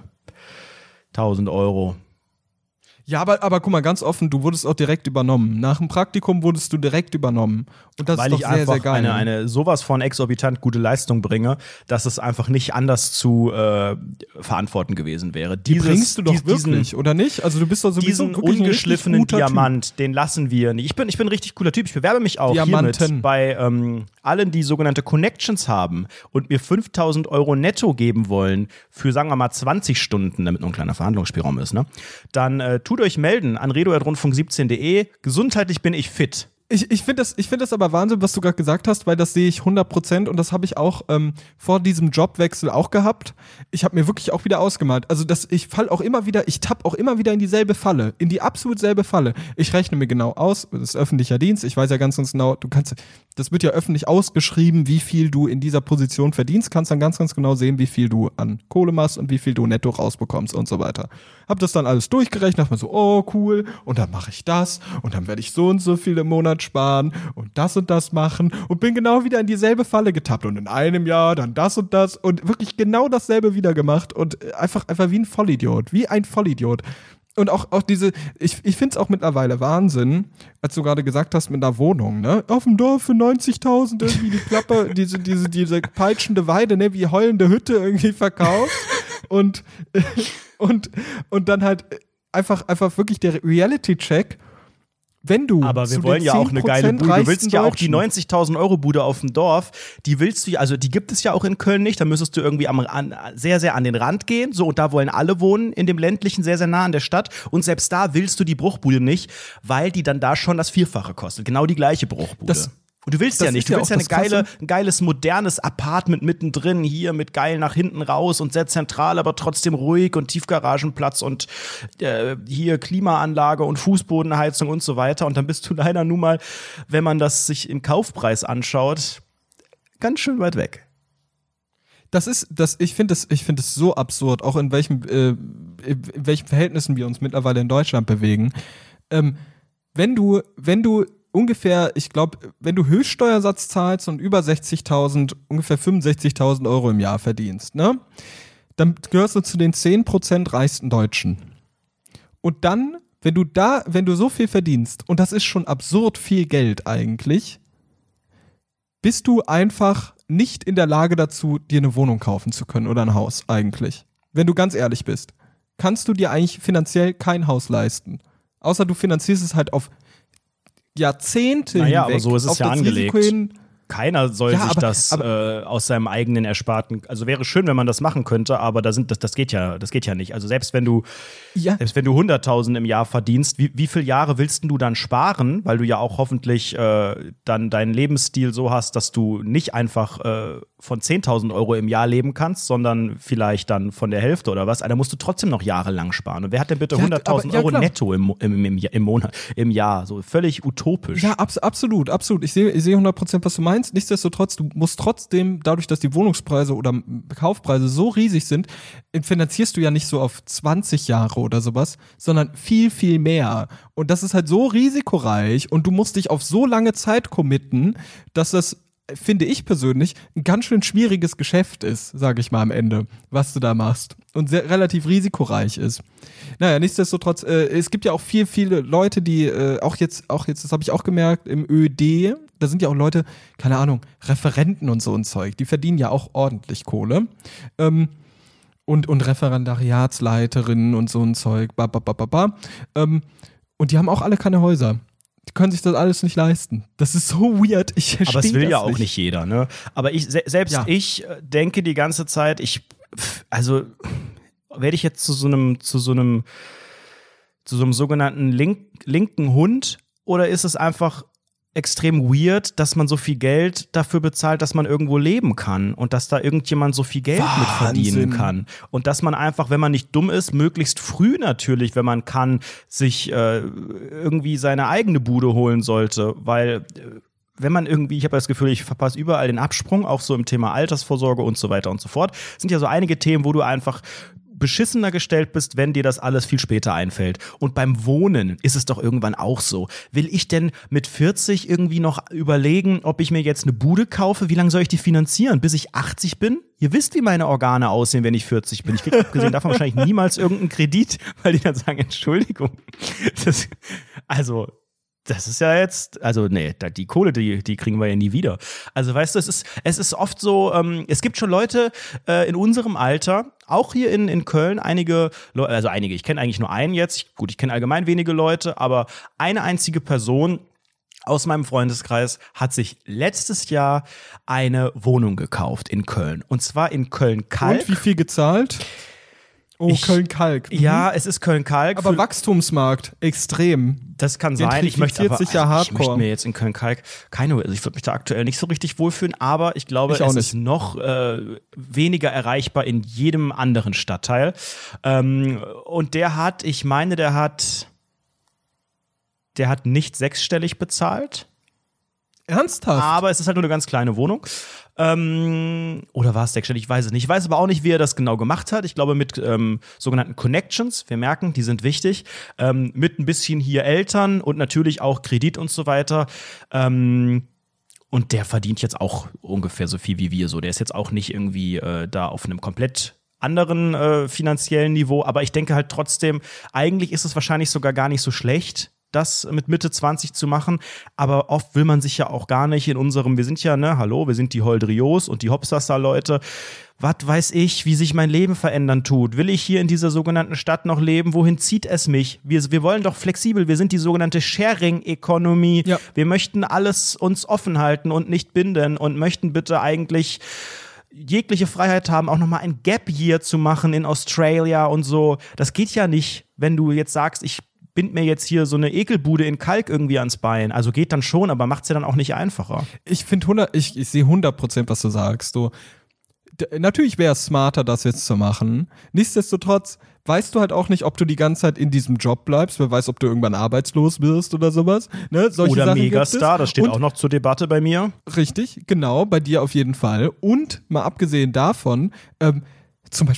1.000 Euro. Ja, aber guck mal, ganz offen, du wurdest auch direkt übernommen. Nach dem Praktikum wurdest du direkt übernommen. Und das Weil ist doch ich sehr, einfach sehr geil. eine sowas von exorbitant gute Leistung bringe, dass es einfach nicht anders zu verantworten gewesen wäre. Die bringst du doch wirklich, oder nicht? Also du bist doch sowieso diesen wirklich ungeschliffenen ein guter Diamant, Typ. den lassen wir nicht. Ich bin ein richtig cooler Typ. Ich bewerbe mich auch Diamanten. hiermit bei allen, die sogenannte Connections haben und mir 5.000 Euro netto geben wollen für, sagen wir mal, 20 Stunden, damit noch ein kleiner Verhandlungsspielraum ist, ne? Dann tut euch melden an redo@rundfunk17.de. Gesundheitlich bin ich fit. Ich finde das aber Wahnsinn, was du gerade gesagt hast, weil das sehe ich 100% und das habe ich auch vor diesem Jobwechsel auch gehabt. Ich habe mir wirklich auch wieder ausgemalt. Also ich tapp auch immer wieder in dieselbe Falle, in die absolut selbe Falle. Ich rechne mir genau aus, das ist öffentlicher Dienst, ich weiß ja ganz genau, das wird ja öffentlich ausgeschrieben, wie viel du in dieser Position verdienst, kannst dann ganz, ganz genau sehen, wie viel du an Kohle machst und wie viel du netto rausbekommst und so weiter. Hab das dann alles durchgerechnet, dachte mir so, oh cool, und dann mache ich das und dann werde ich so und so viel im Monat sparen und das machen und bin genau wieder in dieselbe Falle getappt und in einem Jahr dann das und das und wirklich genau dasselbe wieder gemacht und einfach wie ein Vollidiot. Und auch diese, ich finde es auch mittlerweile Wahnsinn, als du gerade gesagt hast, mit einer Wohnung, ne? Auf dem Dorf für 90.000 irgendwie die Klappe, diese peitschende Weide, ne? Wie heulende Hütte irgendwie verkauft und dann halt einfach wirklich der Reality-Check. Wenn du aber wir wollen ja auch eine geile Bude. Du willst ja auch die 90.000 Euro Bude auf dem Dorf. Die willst du, also die gibt es ja auch in Köln nicht. Da müsstest du irgendwie sehr, sehr an den Rand gehen. So, und da wollen alle wohnen in dem ländlichen, sehr, sehr nah an der Stadt. Und selbst da willst du die Bruchbude nicht, weil die dann da schon das Vierfache kostet. Genau die gleiche Bruchbude. Und du willst ja nicht. Du willst ja ein geiles, modernes Apartment mittendrin, hier mit geil nach hinten raus und sehr zentral, aber trotzdem ruhig und Tiefgaragenplatz und hier Klimaanlage und Fußbodenheizung und so weiter. Und dann bist du leider nun mal, wenn man das sich im Kaufpreis anschaut, ganz schön weit weg. Ich finde es so absurd, auch in welchen Verhältnissen wir uns mittlerweile in Deutschland bewegen. Wenn du ungefähr, ich glaube, wenn du Höchststeuersatz zahlst und über 60.000, ungefähr 65.000 Euro im Jahr verdienst, ne? Dann gehörst du zu den 10% reichsten Deutschen. Und dann, wenn du so viel verdienst, und das ist schon absurd viel Geld eigentlich, bist du einfach nicht in der Lage dazu, dir eine Wohnung kaufen zu können oder ein Haus eigentlich. Wenn du ganz ehrlich bist, kannst du dir eigentlich finanziell kein Haus leisten. Außer du finanzierst es halt auf Jahrzehnte hinweg. Aber so ist es ja angelegt. Keiner soll sich das aber aus seinem eigenen Ersparten, also wäre schön, wenn man das machen könnte, aber das geht ja nicht. Also selbst wenn du 100.000 im Jahr verdienst, wie viele Jahre willst du dann sparen, weil du ja auch hoffentlich dann deinen Lebensstil so hast, dass du nicht einfach von 10.000 Euro im Jahr leben kannst, sondern vielleicht dann von der Hälfte oder was. Da musst du trotzdem noch jahrelang sparen. Und wer hat denn bitte 100.000 Euro netto im Monat, im Jahr? So völlig utopisch. Ja, absolut. Ich sehe 100%, was du meinst. Nichtsdestotrotz, du musst trotzdem, dadurch, dass die Wohnungspreise oder Kaufpreise so riesig sind, finanzierst du ja nicht so auf 20 Jahre oder sowas, sondern viel, viel mehr. Und das ist halt so risikoreich und du musst dich auf so lange Zeit committen, dass das, finde ich persönlich, ein ganz schön schwieriges Geschäft ist, sage ich mal am Ende, was du da machst. Und relativ risikoreich ist. Naja, nichtsdestotrotz, es gibt ja auch viele Leute, die auch jetzt, das habe ich auch gemerkt, im ÖD, da sind ja auch Leute, keine Ahnung, Referenten und so ein Zeug, die verdienen ja auch ordentlich Kohle. Und Referendariatsleiterinnen und so ein Zeug, und die haben auch alle keine Häuser. Die können sich das alles nicht leisten. Das ist so weird. Ich verstehe das nicht. Aber es will ja auch nicht jeder, ne? Aber ich denke die ganze Zeit, werde ich jetzt zu so einem sogenannten linken Hund, oder ist es einfach extrem weird, dass man so viel Geld dafür bezahlt, dass man irgendwo leben kann und dass da irgendjemand so viel Geld mit verdienen kann und dass man einfach, wenn man nicht dumm ist, möglichst früh natürlich, wenn man kann, sich irgendwie seine eigene Bude holen sollte, weil wenn man irgendwie, ich habe das Gefühl, ich verpasse überall den Absprung, auch so im Thema Altersvorsorge und so weiter und so fort, sind ja so einige Themen, wo du einfach beschissener gestellt bist, wenn dir das alles viel später einfällt. Und beim Wohnen ist es doch irgendwann auch so. Will ich denn mit 40 irgendwie noch überlegen, ob ich mir jetzt eine Bude kaufe? Wie lange soll ich die finanzieren? Bis ich 80 bin? Ihr wisst, wie meine Organe aussehen, wenn ich 40 bin. Ich kriege abgesehen davon wahrscheinlich niemals irgendeinen Kredit, weil die dann sagen, Entschuldigung. Das ist ja jetzt, die Kohle, die kriegen wir ja nie wieder. Also weißt du, es ist oft so, es gibt schon Leute in unserem Alter, auch hier in Köln, einige, ich kenne eigentlich nur einen jetzt, ich kenne allgemein wenige Leute, aber eine einzige Person aus meinem Freundeskreis hat sich letztes Jahr eine Wohnung gekauft in Köln. Und zwar in Köln-Kalk. Und wie viel gezahlt? Köln-Kalk. Ja, es ist Köln-Kalk. Aber Wachstumsmarkt, extrem. Das kann sein. Ich möchte mir jetzt in Köln-Kalk ich würde mich da aktuell nicht so richtig wohlfühlen, aber ich glaube, es ist noch weniger erreichbar in jedem anderen Stadtteil. Und der hat nicht sechsstellig bezahlt. Ernsthaft? Aber es ist halt nur eine ganz kleine Wohnung. Oder war es sechsstellig? Ich weiß es nicht. Ich weiß aber auch nicht, wie er das genau gemacht hat. Ich glaube, mit sogenannten Connections, wir merken, die sind wichtig, mit ein bisschen hier Eltern und natürlich auch Kredit und so weiter. Und der verdient jetzt auch ungefähr so viel wie wir so. Der ist jetzt auch nicht irgendwie da auf einem komplett anderen finanziellen Niveau. Aber ich denke halt trotzdem, eigentlich ist es wahrscheinlich sogar gar nicht so schlecht, das mit Mitte 20 zu machen, aber oft will man sich ja auch gar nicht wir sind ja, wir sind die Holdrios und die Hopsasa-Leute, was weiß ich, wie sich mein Leben verändern tut. Will ich hier in dieser sogenannten Stadt noch leben? Wohin zieht es mich? Wir wollen doch flexibel, wir sind die sogenannte Sharing-Economy. Ja. Wir möchten alles uns offen halten und nicht binden und möchten bitte eigentlich jegliche Freiheit haben, auch nochmal ein Gap-Year zu machen in Australia und so. Das geht ja nicht, wenn du jetzt sagst, ich bind mir jetzt hier so eine Ekelbude in Kalk irgendwie ans Bein. Also geht dann schon, aber macht's ja dann auch nicht einfacher. Ich sehe 100%, was du sagst. Natürlich wäre es smarter, das jetzt zu machen. Nichtsdestotrotz weißt du halt auch nicht, ob du die ganze Zeit in diesem Job bleibst. Wer weiß, ob du irgendwann arbeitslos wirst oder sowas. Ne? Oder Sachen Megastar, das steht auch noch zur Debatte bei mir. Richtig, genau, bei dir auf jeden Fall. Und mal abgesehen davon, zum Beispiel ich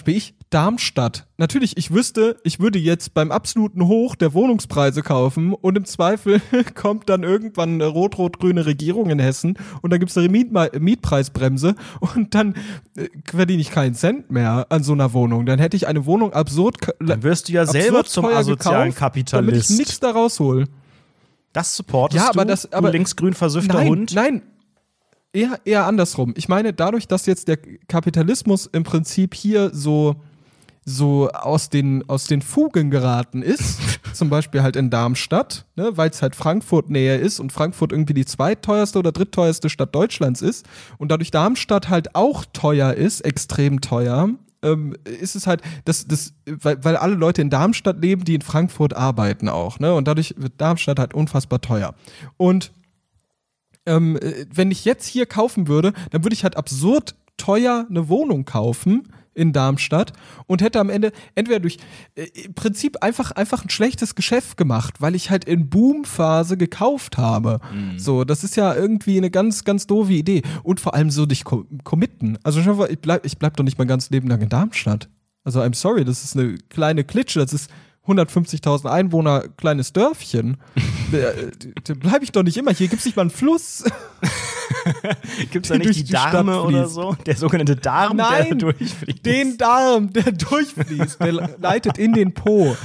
Darmstadt. Natürlich, ich wüsste, ich würde jetzt beim absoluten Hoch der Wohnungspreise kaufen und im Zweifel kommt dann irgendwann eine rot-rot-grüne Regierung in Hessen und dann gibt es eine Mietpreisbremse und dann verdiene ich keinen Cent mehr an so einer Wohnung. Dann hätte ich eine Wohnung Dann wirst du ja selber zum asozialen gekauft, Kapitalist. damit ich nichts da raushol. Das supportest ja, aber du linksgrün versüffter Hund? Nein, eher andersrum. Ich meine, dadurch, dass jetzt der Kapitalismus im Prinzip hier so aus den Fugen geraten ist, zum Beispiel halt in Darmstadt, ne, weil es halt Frankfurt näher ist und Frankfurt irgendwie die zweiteuerste oder drittteuerste Stadt Deutschlands ist und dadurch Darmstadt halt auch teuer ist, extrem teuer, ist es halt, weil alle Leute in Darmstadt leben, die in Frankfurt arbeiten auch, ne, und dadurch wird Darmstadt halt unfassbar teuer. Und wenn ich jetzt hier kaufen würde, dann würde ich halt absurd teuer eine Wohnung kaufen in Darmstadt und hätte am Ende entweder durch im Prinzip einfach ein schlechtes Geschäft gemacht, weil ich halt in Boomphase gekauft habe. Mhm. So, das ist ja irgendwie eine ganz, ganz doofe Idee. Und vor allem so dich committen. Also ich bleib doch nicht mein ganzes Leben lang in Darmstadt. Also I'm sorry, das ist eine kleine Klitsche, das ist 150.000 Einwohner, kleines Dörfchen. Da bleibe ich doch nicht immer. Hier gibt es nicht mal einen Fluss. Gibt es da nicht die Darme oder so? Der sogenannte Darm, Nein, der durchfließt. Den Darm, der durchfließt. Der leitet in den Po.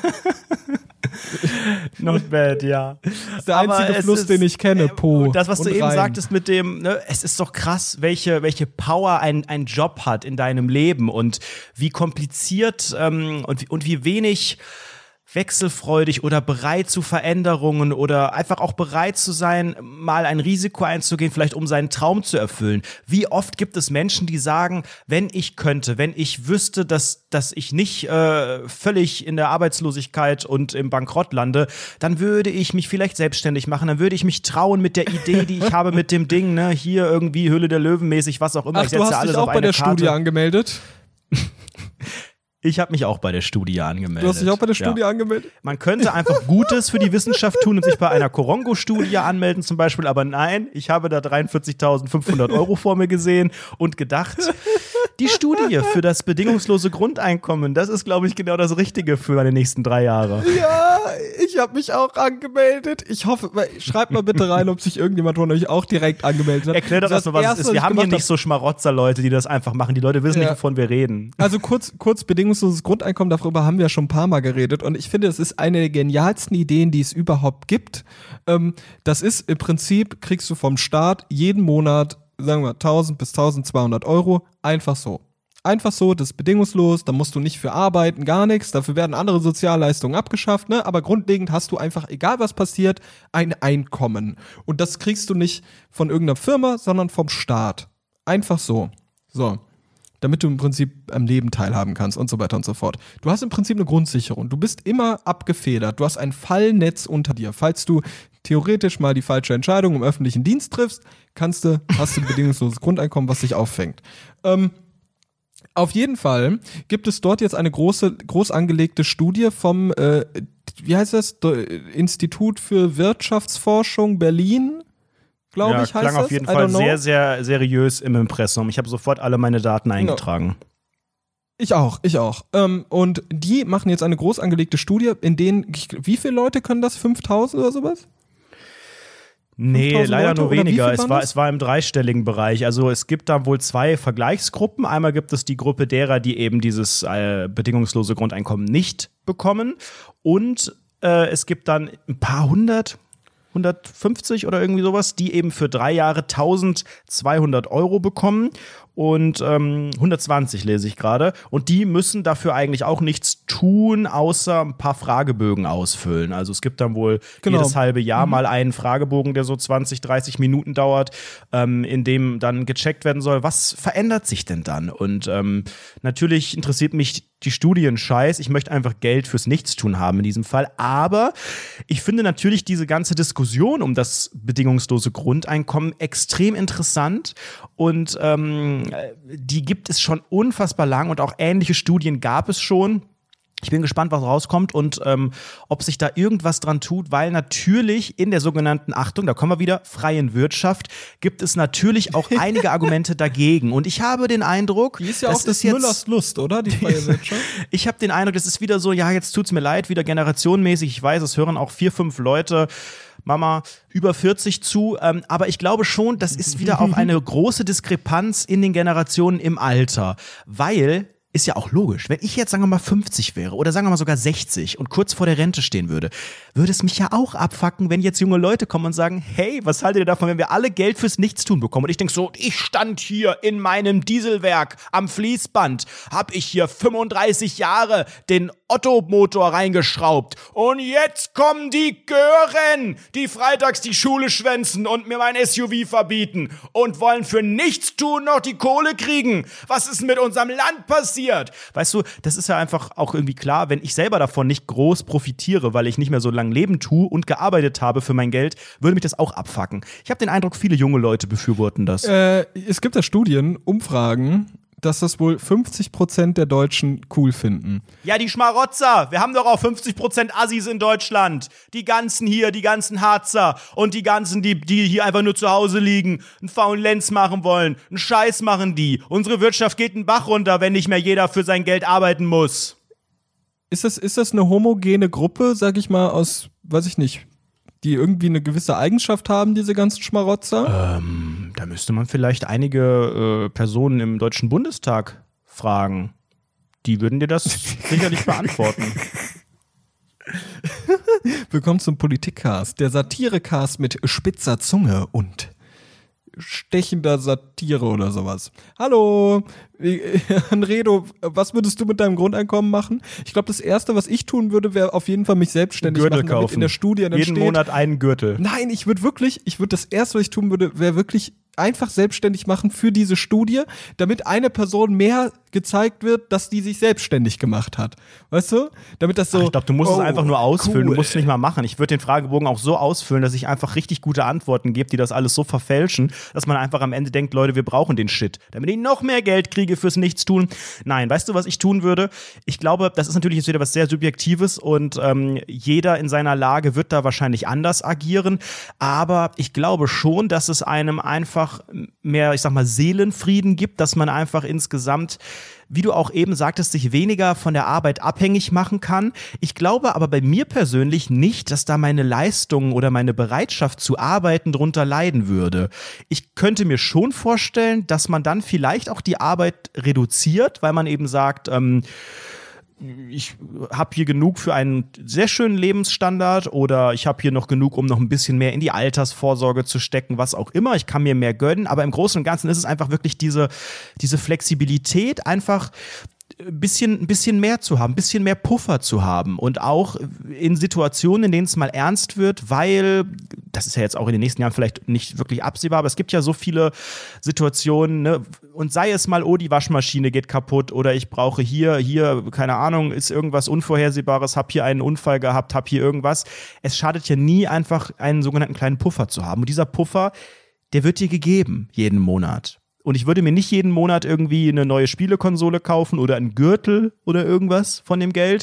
Not bad, ja. Das ist der einzige Fluss, den ich kenne, Po. Das, was du eben rein. sagtest mit dem, ne, es ist doch krass, welche Power ein Job hat in deinem Leben und wie kompliziert und wie wenig wechselfreudig oder bereit zu Veränderungen oder einfach auch bereit zu sein, mal ein Risiko einzugehen, vielleicht um seinen Traum zu erfüllen. Wie oft gibt es Menschen, die sagen, wenn ich könnte, wenn ich wüsste, dass ich nicht völlig in der Arbeitslosigkeit und im Bankrott lande, dann würde ich mich vielleicht selbstständig machen, dann würde ich mich trauen mit der Idee, die ich habe mit dem Ding, ne, hier irgendwie Höhle der Löwen mäßig, was auch immer. Ach, ich setze du hast alles dich auch auf bei der Karte. Studie angemeldet? Ich habe mich auch bei der Studie angemeldet. Du hast dich auch bei der Studie angemeldet? Man könnte einfach Gutes für die Wissenschaft tun und sich bei einer Korongo-Studie anmelden zum Beispiel, aber nein, ich habe da 43.500 € vor mir gesehen und gedacht, die Studie für das bedingungslose Grundeinkommen, das ist, glaube ich, genau das Richtige für meine nächsten 3 Jahre. Ja, ich habe mich auch angemeldet. Ich hoffe, schreibt mal bitte rein, ob sich irgendjemand von euch auch direkt angemeldet hat. Erklär doch erstmal, was es ist. Wir haben hier nicht so Schmarotzer-Leute, die das einfach machen. Die Leute wissen nicht, wovon wir reden. Also kurz bedingungsloses Grundeinkommen, darüber haben wir schon ein paar Mal geredet und ich finde, es ist eine der genialsten Ideen, die es überhaupt gibt. Das ist im Prinzip, kriegst du vom Staat jeden Monat, sagen wir 1.000 bis 1.200 €, einfach so. Einfach so, das ist bedingungslos, da musst du nicht für arbeiten, gar nichts, dafür werden andere Sozialleistungen abgeschafft, ne? Aber grundlegend hast du einfach, egal was passiert, ein Einkommen. Und das kriegst du nicht von irgendeiner Firma, sondern vom Staat. Einfach so. So. Damit du im Prinzip am Leben teilhaben kannst und so weiter und so fort. Du hast im Prinzip eine Grundsicherung. Du bist immer abgefedert. Du hast ein Fallnetz unter dir. Falls du theoretisch mal die falsche Entscheidung im öffentlichen Dienst triffst, hast du ein bedingungsloses Grundeinkommen, was dich auffängt. Auf jeden Fall gibt es dort jetzt eine groß angelegte Studie vom, wie heißt das, Institut für Wirtschaftsforschung Berlin, glaube ich, heißt das. Klang auf jeden Fall sehr, sehr seriös im Impressum. Ich habe sofort alle meine Daten eingetragen. Ich auch. Und die machen jetzt eine groß angelegte Studie, in denen, wie viele Leute können das? 5.000 oder sowas? Nee, leider Leute, nur weniger. Es war im dreistelligen Bereich. Also es gibt da wohl 2 Vergleichsgruppen. Einmal gibt es die Gruppe derer, die eben dieses bedingungslose Grundeinkommen nicht bekommen. Und es gibt dann ein paar 150 oder irgendwie sowas, die eben für 3 Jahre 1.200 € bekommen. Und 120 lese ich gerade. Und die müssen dafür eigentlich auch nichts tun, außer ein paar Fragebögen ausfüllen. Also es gibt dann wohl jedes halbe Jahr mal einen Fragebogen, der so 20, 30 Minuten dauert, in dem dann gecheckt werden soll, was verändert sich denn dann? Und natürlich interessiert mich die Studienscheiß. Ich möchte einfach Geld fürs Nichtstun haben in diesem Fall. Aber ich finde natürlich diese ganze Diskussion um das bedingungslose Grundeinkommen extrem interessant und die gibt es schon unfassbar lang und auch ähnliche Studien gab es schon. Ich bin gespannt, was rauskommt und ob sich da irgendwas dran tut, weil natürlich in der sogenannten, Achtung, da kommen wir wieder, freien Wirtschaft, gibt es natürlich auch einige Argumente dagegen. Und ich habe den Eindruck, die ist ja auch des Müllers Lust, oder? Die freie Wirtschaft. Ich habe den Eindruck, das ist wieder so, ja, jetzt tut's mir leid, wieder generationenmäßig. Ich weiß, es hören auch 4, 5 Leute, Mama, über 40 zu. Aber ich glaube schon, das ist wieder auch eine große Diskrepanz in den Generationen im Alter. Weil ist ja auch logisch. Wenn ich jetzt, sagen wir mal, 50 wäre oder sagen wir mal sogar 60 und kurz vor der Rente stehen würde, würde es mich ja auch abfucken, wenn jetzt junge Leute kommen und sagen, hey, was haltet ihr davon, wenn wir alle Geld fürs Nichtstun bekommen? Und ich denke so, ich stand hier in meinem Dieselwerk am Fließband, hab ich hier 35 Jahre den Otto-Motor reingeschraubt und jetzt kommen die Gören, die freitags die Schule schwänzen und mir mein SUV verbieten und wollen für Nichtstun noch die Kohle kriegen. Was ist mit unserem Land passiert? Weißt du, das ist ja einfach auch irgendwie klar, wenn ich selber davon nicht groß profitiere, weil ich nicht mehr so lange Leben tue und gearbeitet habe für mein Geld, würde mich das auch abfucken. Ich habe den Eindruck, viele junge Leute befürworten das. Es gibt da Studien, Umfragen, dass das wohl 50% der Deutschen cool finden. Ja, die Schmarotzer. Wir haben doch auch 50% Assis in Deutschland. Die ganzen hier, die ganzen Harzer und die ganzen, die hier einfach nur zu Hause liegen, einen faulen Lenz machen wollen, einen Scheiß machen die. Unsere Wirtschaft geht einen Bach runter, wenn nicht mehr jeder für sein Geld arbeiten muss. Ist das eine homogene Gruppe, sag ich mal, aus, weiß ich nicht, die irgendwie eine gewisse Eigenschaft haben, diese ganzen Schmarotzer? Da müsste man vielleicht einige Personen im Deutschen Bundestag fragen. Die würden dir das sicherlich beantworten. Willkommen zum Politikcast, der Satirecast mit spitzer Zunge und stechender Satire oder sowas. Hallo, Anredo, was würdest du mit deinem Grundeinkommen machen? Ich glaube, das Erste, was ich tun würde, wäre auf jeden Fall mich selbstständig Gürtel machen, damit kaufen. In der Studie dann jeden steht, Monat einen Gürtel. Nein, das Erste, was ich tun würde, wäre wirklich einfach selbstständig machen für diese Studie, damit eine Person mehr gezeigt wird, dass die sich selbstständig gemacht hat. Weißt du? Damit das so. Ich glaube, du musst es einfach nur ausfüllen. Cool. Du musst es nicht mal machen. Ich würde den Fragebogen auch so ausfüllen, dass ich einfach richtig gute Antworten gebe, die das alles so verfälschen, dass man einfach am Ende denkt, Leute, wir brauchen den Shit, damit ich noch mehr Geld kriege fürs Nichtstun. Nein, weißt du, was ich tun würde? Ich glaube, das ist natürlich jetzt wieder was sehr Subjektives und jeder in seiner Lage wird da wahrscheinlich anders agieren. Aber ich glaube schon, dass es einem einfach mehr, ich sag mal, Seelenfrieden gibt, dass man einfach insgesamt, wie du auch eben sagtest, sich weniger von der Arbeit abhängig machen kann. Ich glaube aber bei mir persönlich nicht, dass da meine Leistung oder meine Bereitschaft zu arbeiten drunter leiden würde. Ich könnte mir schon vorstellen, dass man dann vielleicht auch die Arbeit reduziert, weil man eben sagt, ich habe hier genug für einen sehr schönen Lebensstandard oder ich habe hier noch genug, um noch ein bisschen mehr in die Altersvorsorge zu stecken, was auch immer. Ich kann mir mehr gönnen, aber im Großen und Ganzen ist es einfach wirklich diese Flexibilität, einfach ein bisschen mehr zu haben, ein bisschen mehr Puffer zu haben und auch in Situationen, in denen es mal ernst wird, weil, das ist ja jetzt auch in den nächsten Jahren vielleicht nicht wirklich absehbar, aber es gibt ja so viele Situationen, ne? Und sei es mal, oh, die Waschmaschine geht kaputt oder ich brauche hier, keine Ahnung, ist irgendwas Unvorhersehbares, hab hier einen Unfall gehabt, hab hier irgendwas. Es schadet ja nie, einfach einen sogenannten kleinen Puffer zu haben. Und dieser Puffer, der wird dir gegeben, jeden Monat. Und ich würde mir nicht jeden Monat irgendwie eine neue Spielekonsole kaufen oder einen Gürtel oder irgendwas von dem Geld.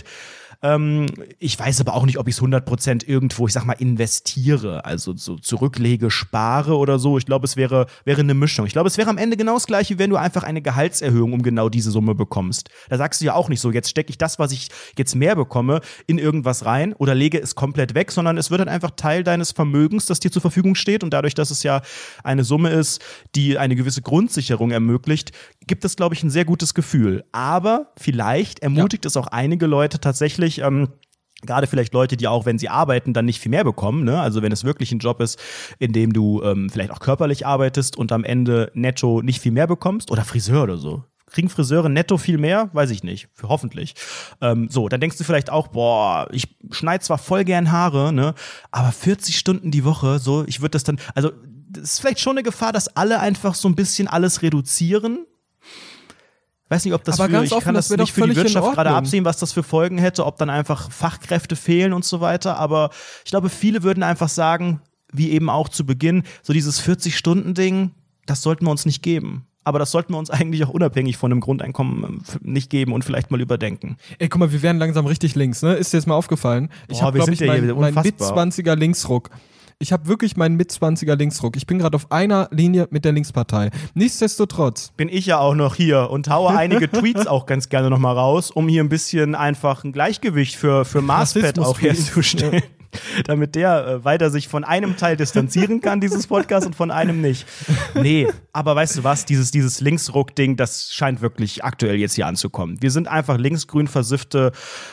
Ich weiß aber auch nicht, ob ich es 100% irgendwo, ich sag mal, investiere, also so zurücklege, spare oder so. Ich glaube, es wäre eine Mischung. Ich glaube, es wäre am Ende genau das Gleiche, wie wenn du einfach eine Gehaltserhöhung um genau diese Summe bekommst. Da sagst du ja auch nicht so, jetzt stecke ich das, was ich jetzt mehr bekomme, in irgendwas rein oder lege es komplett weg, sondern es wird dann einfach Teil deines Vermögens, das dir zur Verfügung steht. Und dadurch, dass es ja eine Summe ist, die eine gewisse Grundsicherung ermöglicht, gibt es, glaube ich, ein sehr gutes Gefühl. Aber vielleicht ermutigt es auch einige Leute tatsächlich, gerade vielleicht Leute, die auch, wenn sie arbeiten, dann nicht viel mehr bekommen, ne? Also wenn es wirklich ein Job ist, in dem du vielleicht auch körperlich arbeitest und am Ende netto nicht viel mehr bekommst, oder Friseur oder so. Kriegen Friseure netto viel mehr? Weiß ich nicht. Hoffentlich. So, dann denkst du vielleicht auch, boah, ich schneide zwar voll gern Haare, ne? Aber 40 Stunden die Woche, so, ich würde das dann, also das ist vielleicht schon eine Gefahr, dass alle einfach so ein bisschen alles reduzieren. Weiß nicht, ob das aber ich kann das nicht für die Wirtschaft gerade absehen, was das für Folgen hätte, ob dann einfach Fachkräfte fehlen und so weiter. Aber ich glaube, viele würden einfach sagen, wie eben auch zu Beginn, so dieses 40-Stunden-Ding, das sollten wir uns nicht geben. aber das sollten wir uns eigentlich auch unabhängig von einem Grundeinkommen nicht geben und vielleicht mal überdenken. Ey, guck mal, wir werden langsam richtig links, ne? Ist dir jetzt mal aufgefallen? Ich habe, glaube ich, meinen Mit-20er Linksruck. Ich habe wirklich meinen Mit-20er Linksruck. Ich bin gerade auf einer Linie mit der Linkspartei. Nichtsdestotrotz bin ich ja auch noch hier und haue einige Tweets auch ganz gerne noch mal raus, um hier ein bisschen einfach ein Gleichgewicht für Marspet auch herzustellen. Damit der weiter sich von einem Teil distanzieren kann, dieses Podcast, und von einem nicht. Nee, aber weißt du was, dieses Linksruck-Ding, das scheint wirklich aktuell jetzt hier anzukommen. Wir sind einfach linksgrün versiffte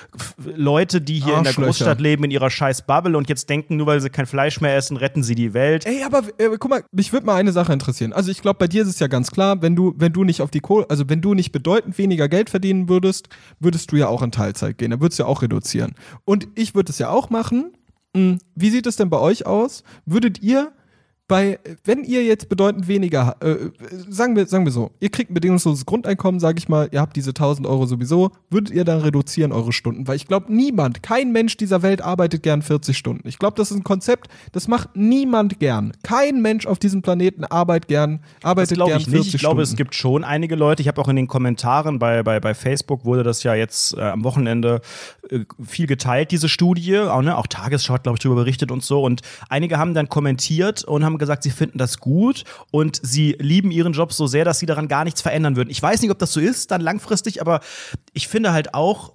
Leute, die hier in der Großstadt leben, in ihrer scheiß Bubble und jetzt denken, nur weil sie kein Fleisch mehr essen, retten sie die Welt. Ey, aber guck mal, mich würde mal eine Sache interessieren. Also ich glaube, bei dir ist es ja ganz klar, wenn du nicht auf die Kohle, also wenn du nicht bedeutend weniger Geld verdienen würdest du ja auch in Teilzeit gehen. Dann würdest du ja auch reduzieren. Und ich würde es ja auch machen. Wie sieht es denn bei euch aus? Würdet ihr wenn ihr jetzt bedeutend weniger, sagen wir so, ihr kriegt ein bedingungsloses Grundeinkommen, sage ich mal, ihr habt diese 1.000 Euro sowieso, würdet ihr dann reduzieren eure Stunden? Weil ich glaube, kein Mensch dieser Welt arbeitet gern 40 Stunden. Ich glaube, das ist ein Konzept, das macht niemand gern. Kein Mensch auf diesem Planeten arbeitet gern 40 Stunden. Ich glaube, es gibt schon einige Leute, ich habe auch in den Kommentaren bei Facebook wurde das ja jetzt am Wochenende viel geteilt, diese Studie, auch Tagesschau hat, glaube ich, darüber berichtet und so, und einige haben dann kommentiert und haben gesagt, sie finden das gut und sie lieben ihren Job so sehr, dass sie daran gar nichts verändern würden. Ich weiß nicht, ob das so ist, dann langfristig, aber ich finde halt auch,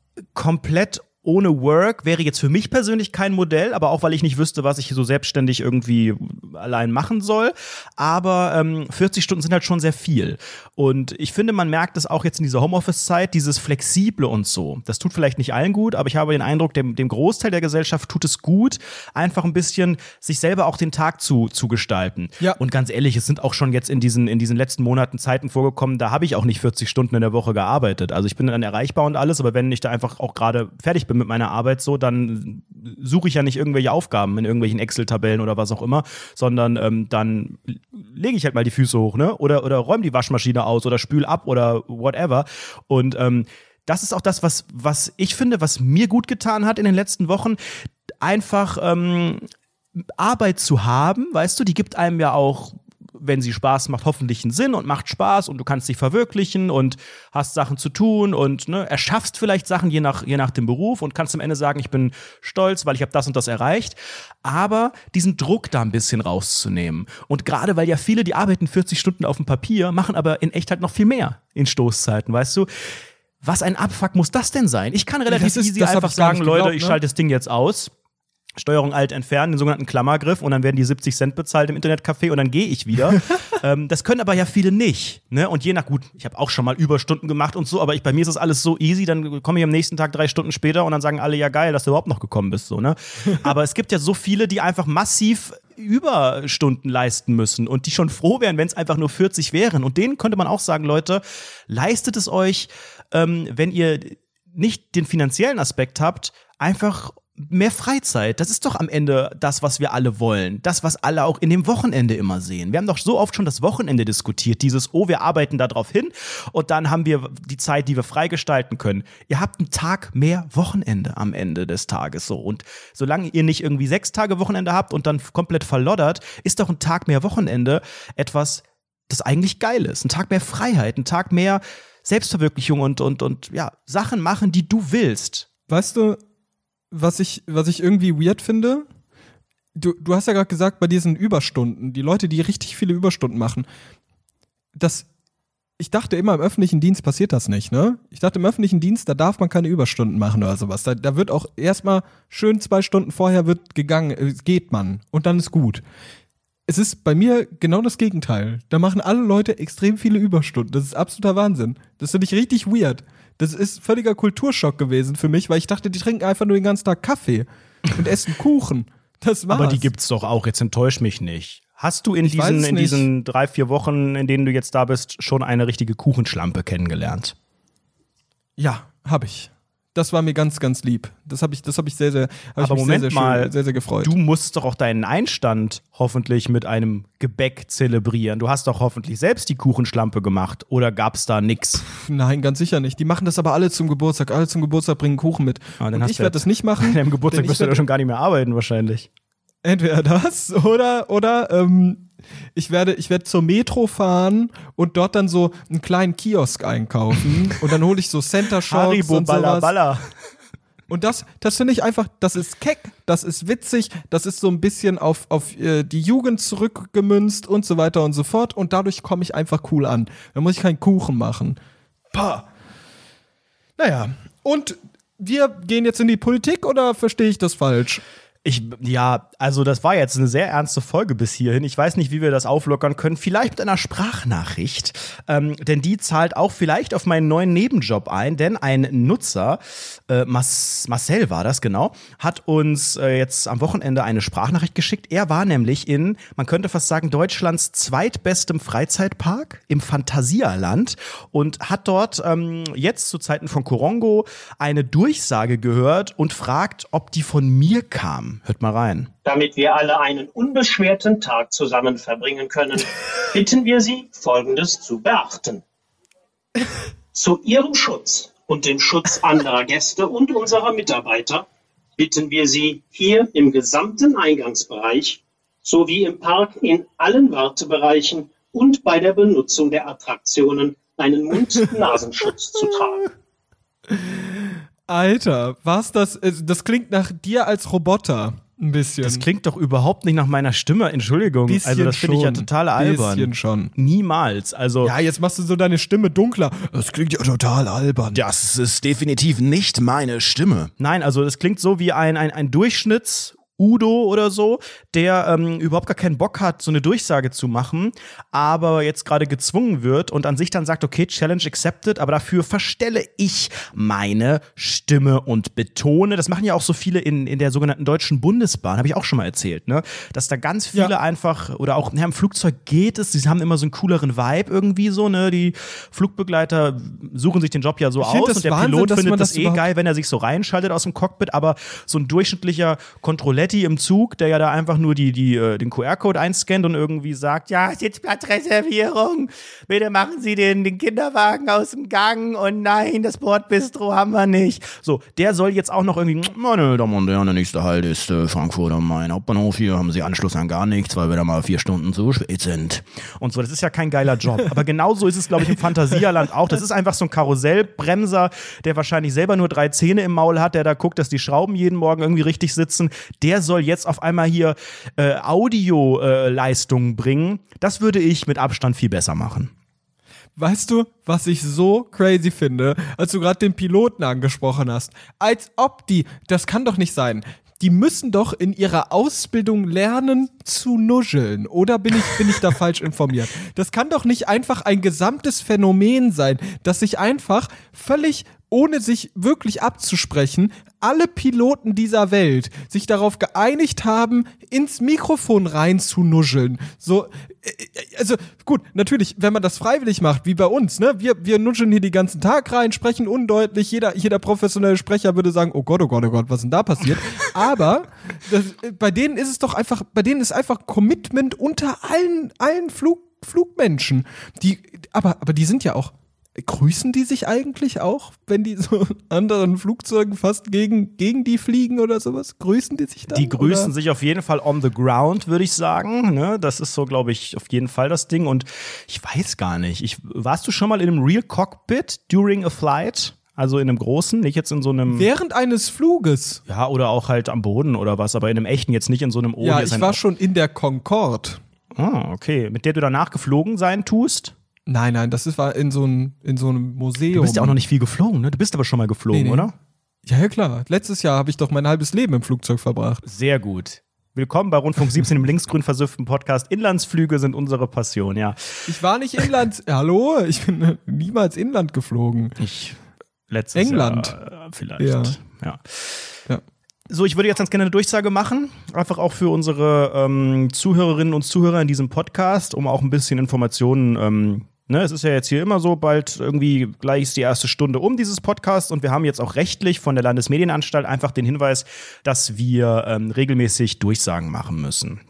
komplett ohne Work wäre jetzt für mich persönlich kein Modell, aber auch, weil ich nicht wüsste, was ich so selbstständig irgendwie allein machen soll. Aber 40 Stunden sind halt schon sehr viel. Und ich finde, man merkt es auch jetzt in dieser Homeoffice-Zeit, dieses Flexible und so. Das tut vielleicht nicht allen gut, aber ich habe den Eindruck, dem Großteil der Gesellschaft tut es gut, einfach ein bisschen sich selber auch den Tag zu gestalten. Ja. Und ganz ehrlich, es sind auch schon jetzt in diesen letzten Monaten Zeiten vorgekommen, da habe ich auch nicht 40 Stunden in der Woche gearbeitet. Also ich bin dann erreichbar und alles, aber wenn ich da einfach auch gerade fertig bin mit meiner Arbeit so, dann suche ich ja nicht irgendwelche Aufgaben in irgendwelchen Excel-Tabellen oder was auch immer, sondern dann lege ich halt mal die Füße hoch, ne? Oder räume die Waschmaschine aus oder spül ab oder whatever. Und das ist auch das, was ich finde, was mir gut getan hat in den letzten Wochen, einfach Arbeit zu haben, weißt du, die gibt einem ja auch, wenn sie Spaß macht, hoffentlich einen Sinn und macht Spaß und du kannst dich verwirklichen und hast Sachen zu tun und erschaffst vielleicht Sachen je nach dem Beruf und kannst am Ende sagen, ich bin stolz, weil ich habe das und das erreicht. Aber diesen Druck da ein bisschen rauszunehmen. Und gerade weil ja viele, die arbeiten 40 Stunden auf dem Papier, machen aber in echt halt noch viel mehr in Stoßzeiten, weißt du? Was ein Abfuck muss das denn sein? Ich kann relativ easy einfach sagen, Leute, ich schalte das Ding jetzt aus. Steuerung Alt entfernen, den sogenannten Klammergriff, und dann werden die 70 Cent bezahlt im Internetcafé und dann gehe ich wieder. Das können aber ja viele nicht. Ne? Und gut, ich habe auch schon mal Überstunden gemacht und so, aber bei mir ist das alles so easy, dann komme ich am nächsten Tag 3 Stunden später und dann sagen alle, ja geil, dass du überhaupt noch gekommen bist. So, ne? Aber es gibt ja so viele, die einfach massiv Überstunden leisten müssen und die schon froh wären, wenn es einfach nur 40 wären. Und denen könnte man auch sagen, Leute, leistet es euch, wenn ihr nicht den finanziellen Aspekt habt, einfach mehr Freizeit. Das ist doch am Ende das, was wir alle wollen. Das, was alle auch in dem Wochenende immer sehen. Wir haben doch so oft schon das Wochenende diskutiert. Wir arbeiten da drauf hin und dann haben wir die Zeit, die wir freigestalten können. Ihr habt einen Tag mehr Wochenende am Ende des Tages so. Und solange ihr nicht irgendwie 6 Tage Wochenende habt und dann komplett verloddert, ist doch ein Tag mehr Wochenende etwas, das eigentlich geil ist. Ein Tag mehr Freiheit, ein Tag mehr Selbstverwirklichung und ja, Sachen machen, die du willst. Weißt du, was ich irgendwie weird finde? Du hast ja gerade gesagt, bei diesen Überstunden, die Leute, die richtig viele Überstunden machen, ich dachte immer, im öffentlichen Dienst passiert das nicht, ne? Ich dachte, im öffentlichen Dienst, da darf man keine Überstunden machen oder sowas. Da wird auch erstmal schön 2 Stunden vorher geht man und dann ist gut. Es ist bei mir genau das Gegenteil. Da machen alle Leute extrem viele Überstunden. Das ist absoluter Wahnsinn. Das finde ich richtig weird. Das ist völliger Kulturschock gewesen für mich, weil ich dachte, die trinken einfach nur den ganzen Tag Kaffee und essen Kuchen. Das war's. Aber die gibt's doch auch, jetzt enttäusch mich nicht. Hast du in diesen 3-4 Wochen, in denen du jetzt da bist, schon eine richtige Kuchenschlampe kennengelernt? Ja, habe ich. Das war mir ganz, ganz lieb. Das hab ich sehr, sehr, aber Moment mal, sehr, sehr gefreut. Du musst doch auch deinen Einstand hoffentlich mit einem Gebäck zelebrieren. Du hast doch hoffentlich selbst die Kuchenschlampe gemacht. Oder gab's da nix? Nein, ganz sicher nicht. Die machen das aber alle zum Geburtstag. Alle zum Geburtstag bringen Kuchen mit. Und ich werde das nicht machen. An deinem Geburtstag wirst du ja schon gar nicht mehr arbeiten wahrscheinlich. Entweder das oder Ich werde zur Metro fahren und dort dann so einen kleinen Kiosk einkaufen und dann hole ich so Center Shocks Haribo und sowas. Balla Balla. Und das finde ich einfach, das ist keck, das ist witzig, das ist so ein bisschen auf die Jugend zurückgemünzt und so weiter und so fort. Und dadurch komme ich einfach cool an. Da muss ich keinen Kuchen machen. Pah. Naja, und wir gehen jetzt in die Politik oder verstehe ich das falsch? Also das war jetzt eine sehr ernste Folge bis hierhin. Ich weiß nicht, wie wir das auflockern können. Vielleicht mit einer Sprachnachricht. Denn die zahlt auch vielleicht auf meinen neuen Nebenjob ein. Denn ein Nutzer, Marcel war das, genau, hat uns jetzt am Wochenende eine Sprachnachricht geschickt. Er war nämlich in, man könnte fast sagen, Deutschlands zweitbestem Freizeitpark im Phantasialand und hat dort jetzt zu Zeiten von Korongo eine Durchsage gehört und fragt, ob die von mir kam. Hört mal rein. Damit wir alle einen unbeschwerten Tag zusammen verbringen können, bitten wir Sie, Folgendes zu beachten. Zu Ihrem Schutz und dem Schutz anderer Gäste und unserer Mitarbeiter bitten wir Sie, hier im gesamten Eingangsbereich sowie im Park in allen Wartebereichen und bei der Benutzung der Attraktionen einen Mund-Nasenschutz zu tragen. Alter, was das? Das klingt nach dir als Roboter ein bisschen. Das klingt doch überhaupt nicht nach meiner Stimme, Entschuldigung. Bisschen also das finde ich ja total albern. Bisschen schon. Niemals. Also ja, jetzt machst du so deine Stimme dunkler. Das klingt ja total albern. Das ist definitiv nicht meine Stimme. Nein, also das klingt so wie ein Durchschnitts Udo oder so, der überhaupt gar keinen Bock hat, so eine Durchsage zu machen, aber jetzt gerade gezwungen wird und an sich dann sagt, okay, Challenge accepted, aber dafür verstelle ich meine Stimme und betone, das machen ja auch so viele in der sogenannten Deutschen Bundesbahn, habe ich auch schon mal erzählt, ne, dass da ganz viele einfach, oder auch im Flugzeug geht es, sie haben immer so einen cooleren Vibe irgendwie so, ne, die Flugbegleiter suchen sich den Job ja so aus und der Pilot findet das geil, wenn er sich so reinschaltet aus dem Cockpit, aber so ein durchschnittlicher Kontrolletti im Zug, der ja da einfach nur den QR-Code einscannt und irgendwie sagt, ja, Sitzplatzreservierung, bitte machen Sie den Kinderwagen aus dem Gang und nein, das Bordbistro haben wir nicht. So, der soll jetzt auch noch irgendwie, meine Damen und Herren, der nächste Halt ist Frankfurt am Main Hauptbahnhof. Hier haben Sie Anschluss an gar nichts, weil wir da mal 4 Stunden zu spät sind. Und so, das ist ja kein geiler Job. Aber genauso ist es, glaube ich, im Phantasialand auch. Das ist einfach so ein Karussellbremser, der wahrscheinlich selber nur 3 Zähne im Maul hat, der da guckt, dass die Schrauben jeden Morgen irgendwie richtig sitzen. Der soll jetzt auf einmal hier Audio-Leistungen bringen. Das würde ich mit Abstand viel besser machen. Weißt du, was ich so crazy finde, als du gerade den Piloten angesprochen hast? Als ob das kann doch nicht sein. Die müssen doch in ihrer Ausbildung lernen zu nuscheln. Oder bin ich da falsch informiert? Das kann doch nicht einfach ein gesamtes Phänomen sein, dass sich einfach völlig, ohne sich wirklich abzusprechen, alle Piloten dieser Welt sich darauf geeinigt haben, ins Mikrofon rein zu nuscheln. So, also gut, natürlich, wenn man das freiwillig macht, wie bei uns, ne? Wir nuscheln hier den ganzen Tag rein, sprechen undeutlich, jeder professionelle Sprecher würde sagen, oh Gott, was ist denn da passiert? Aber bei denen ist es doch einfach, einfach Commitment unter allen Flugmenschen. Aber die sind ja auch, grüßen die sich eigentlich auch, wenn die so anderen Flugzeugen fast gegen die fliegen oder sowas? Grüßen die sich dann? Die grüßen sich auf jeden Fall on the ground, würde ich sagen. Ne? Das ist so, glaube ich, auf jeden Fall das Ding. Und ich weiß gar nicht, warst du schon mal in einem Real Cockpit during a flight? Also in einem großen, nicht jetzt in so einem... Während eines Fluges? Ja, oder auch halt am Boden oder was, aber in einem echten, jetzt nicht in so einem... Ja, ich war schon in der Concorde. Ah, okay. Mit der du danach geflogen sein tust? Nein, das war in so einem Museum. Du bist ja auch noch nicht viel geflogen, ne? Du bist aber schon mal geflogen, nee. Oder? Ja, klar. Letztes Jahr habe ich doch mein halbes Leben im Flugzeug verbracht. Sehr gut. Willkommen bei Rundfunk 17, dem linksgrün versüfften Podcast. Inlandsflüge sind unsere Passion, ja. Ich war nicht Hallo? Ich bin niemals Inland geflogen. Letztes England. Jahr vielleicht. Ja. So, ich würde jetzt ganz gerne eine Durchsage machen, einfach auch für unsere Zuhörerinnen und Zuhörer in diesem Podcast, um auch ein bisschen Informationen, es ist ja jetzt hier immer so, bald irgendwie gleich ist die erste Stunde um dieses Podcast und wir haben jetzt auch rechtlich von der Landesmedienanstalt einfach den Hinweis, dass wir regelmäßig Durchsagen machen müssen.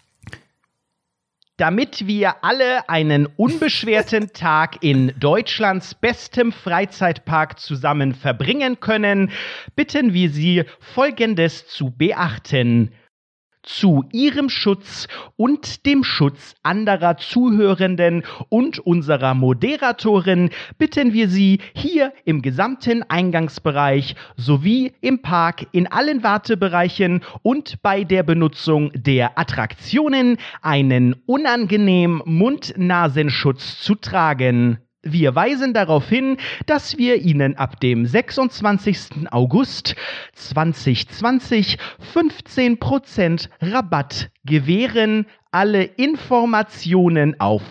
Damit wir alle einen unbeschwerten Tag in Deutschlands bestem Freizeitpark zusammen verbringen können, bitten wir Sie, Folgendes zu beachten. Zu Ihrem Schutz und dem Schutz anderer Zuhörenden und unserer Moderatorin bitten wir Sie, hier im gesamten Eingangsbereich sowie im Park in allen Wartebereichen und bei der Benutzung der Attraktionen einen unangenehmen Mund-Nasenschutz zu tragen. Wir weisen darauf hin, dass wir Ihnen ab dem 26. August 2020 15% Rabatt gewähren. Alle Informationen auf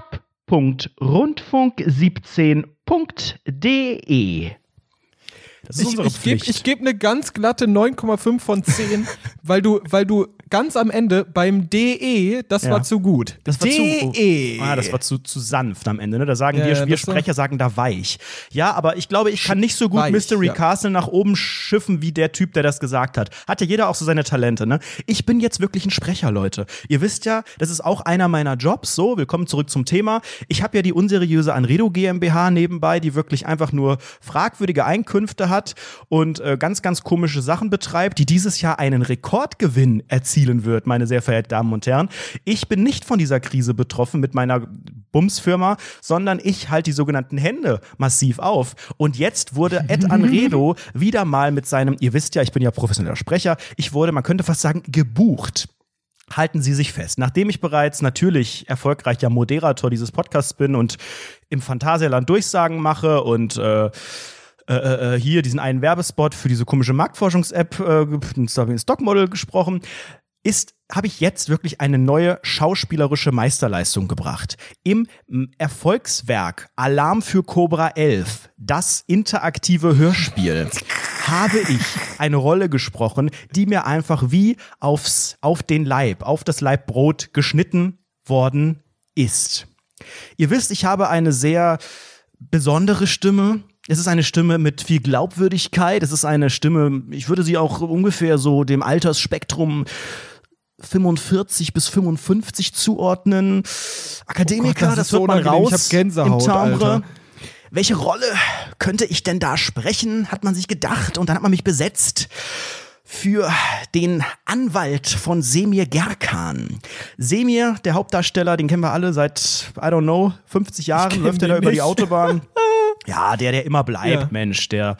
shop.rundfunk17.de. Das ist unsere Pflicht. Ich gebe eine ganz glatte 9,5 von 10, weil du ganz am Ende beim DE, das war zu gut. Das war das war zu sanft am Ende. Ne? Da sagen wir Sprecher sagen da weich. Ja, aber ich glaube, ich kann nicht so gut weich, Mystery Castle nach oben schiffen wie der Typ, der das gesagt hat. Hat ja jeder auch so seine Talente. Ne? Ich bin jetzt wirklich ein Sprecher, Leute. Ihr wisst ja, das ist auch einer meiner Jobs. So, willkommen zurück zum Thema. Ich habe ja die unseriöse Anredo GmbH nebenbei, die wirklich einfach nur fragwürdige Einkünfte hat und ganz, ganz komische Sachen betreibt, die dieses Jahr einen Rekordgewinn erzielen wird, meine sehr verehrten Damen und Herren. Ich bin nicht von dieser Krise betroffen mit meiner Bumsfirma, sondern ich halte die sogenannten Hände massiv auf. Und jetzt wurde Ed Anredo wieder mal mit seinem, ihr wisst ja, ich bin ja professioneller Sprecher, ich wurde, man könnte fast sagen, gebucht. Halten Sie sich fest. Nachdem ich bereits natürlich erfolgreicher Moderator dieses Podcasts bin und im Phantasialand Durchsagen mache und hier diesen einen Werbespot für diese komische Marktforschungs-App, ein Stockmodel gesprochen, habe ich jetzt wirklich eine neue schauspielerische Meisterleistung gebracht. Im Erfolgswerk Alarm für Cobra 11, das interaktive Hörspiel, habe ich eine Rolle gesprochen, die mir einfach wie auf das Leibbrot geschnitten worden ist. Ihr wisst, ich habe eine sehr besondere Stimme. Es ist eine Stimme mit viel Glaubwürdigkeit. Es ist eine Stimme, ich würde sie auch ungefähr so dem Altersspektrum 45 bis 55 zuordnen. Akademiker, das hört man raus. Ich hab Gänsehaut, im Timbre. Alter. Welche Rolle könnte ich denn da sprechen, hat man sich gedacht. Und dann hat man mich besetzt für den Anwalt von Semir Gerkan. Semir, der Hauptdarsteller, den kennen wir alle seit, 50 Jahren, läuft er da über die Autobahn. Ja, der immer bleibt, ja. Mensch, der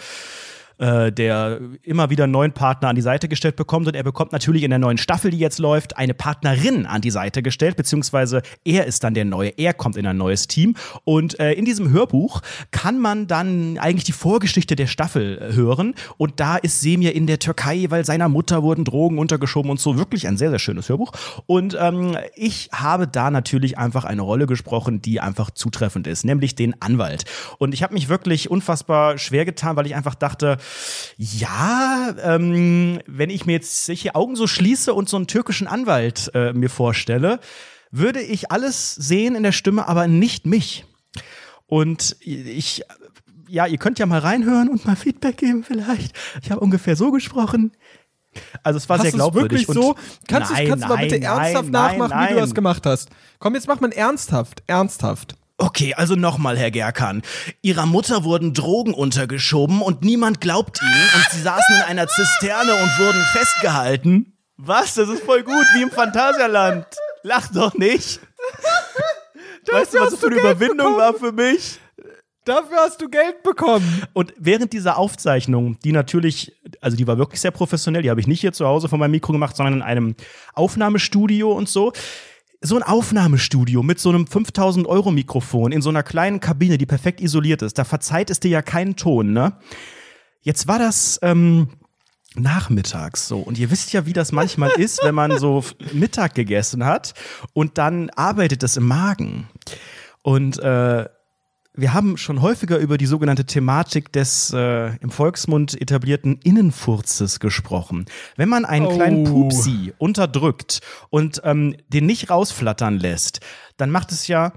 immer wieder einen neuen Partner an die Seite gestellt bekommt. Und er bekommt natürlich in der neuen Staffel, die jetzt läuft, eine Partnerin an die Seite gestellt, beziehungsweise er ist dann der Neue, er kommt in ein neues Team. Und in diesem Hörbuch kann man dann eigentlich die Vorgeschichte der Staffel hören. Und da ist Semir in der Türkei, weil seiner Mutter wurden Drogen untergeschoben und so. Wirklich ein sehr, sehr schönes Hörbuch. Und ich habe da natürlich einfach eine Rolle gesprochen, die einfach zutreffend ist, nämlich den Anwalt. Und ich habe mich wirklich unfassbar schwer getan, weil ich einfach dachte, ja, wenn ich mir jetzt die Augen so schließe und so einen türkischen Anwalt mir vorstelle, würde ich alles sehen in der Stimme, aber nicht mich. Und ihr könnt ja mal reinhören und mal Feedback geben vielleicht. Ich habe ungefähr so gesprochen. Also es war sehr glaubwürdig. Wirklich so? Kannst du mal bitte ernsthaft nachmachen, wie du das gemacht hast? Komm, jetzt mach mal ernsthaft. Okay, also nochmal, Herr Gerkan. Ihrer Mutter wurden Drogen untergeschoben und niemand glaubt ihnen und sie saßen in einer Zisterne und wurden festgehalten. Was? Das ist voll gut, wie im Phantasialand. Lach doch nicht. Weißt du, was das für eine Überwindung war für mich? Dafür hast du Geld bekommen. Und während dieser Aufzeichnung, die natürlich, also die war wirklich sehr professionell, die habe ich nicht hier zu Hause vor meinem Mikro gemacht, sondern in einem Aufnahmestudio und so. So ein Aufnahmestudio mit so einem 5.000 € Mikrofon in so einer kleinen Kabine, die perfekt isoliert ist, da verzeiht es dir ja keinen Ton, ne? Jetzt war das nachmittags so. Und ihr wisst ja, wie das manchmal ist, wenn man so Mittag gegessen hat und dann arbeitet es im Magen. Und wir haben schon häufiger über die sogenannte Thematik des im Volksmund etablierten Innenfurzes gesprochen. Wenn man einen kleinen Pupsi unterdrückt und den nicht rausflattern lässt, dann macht es ja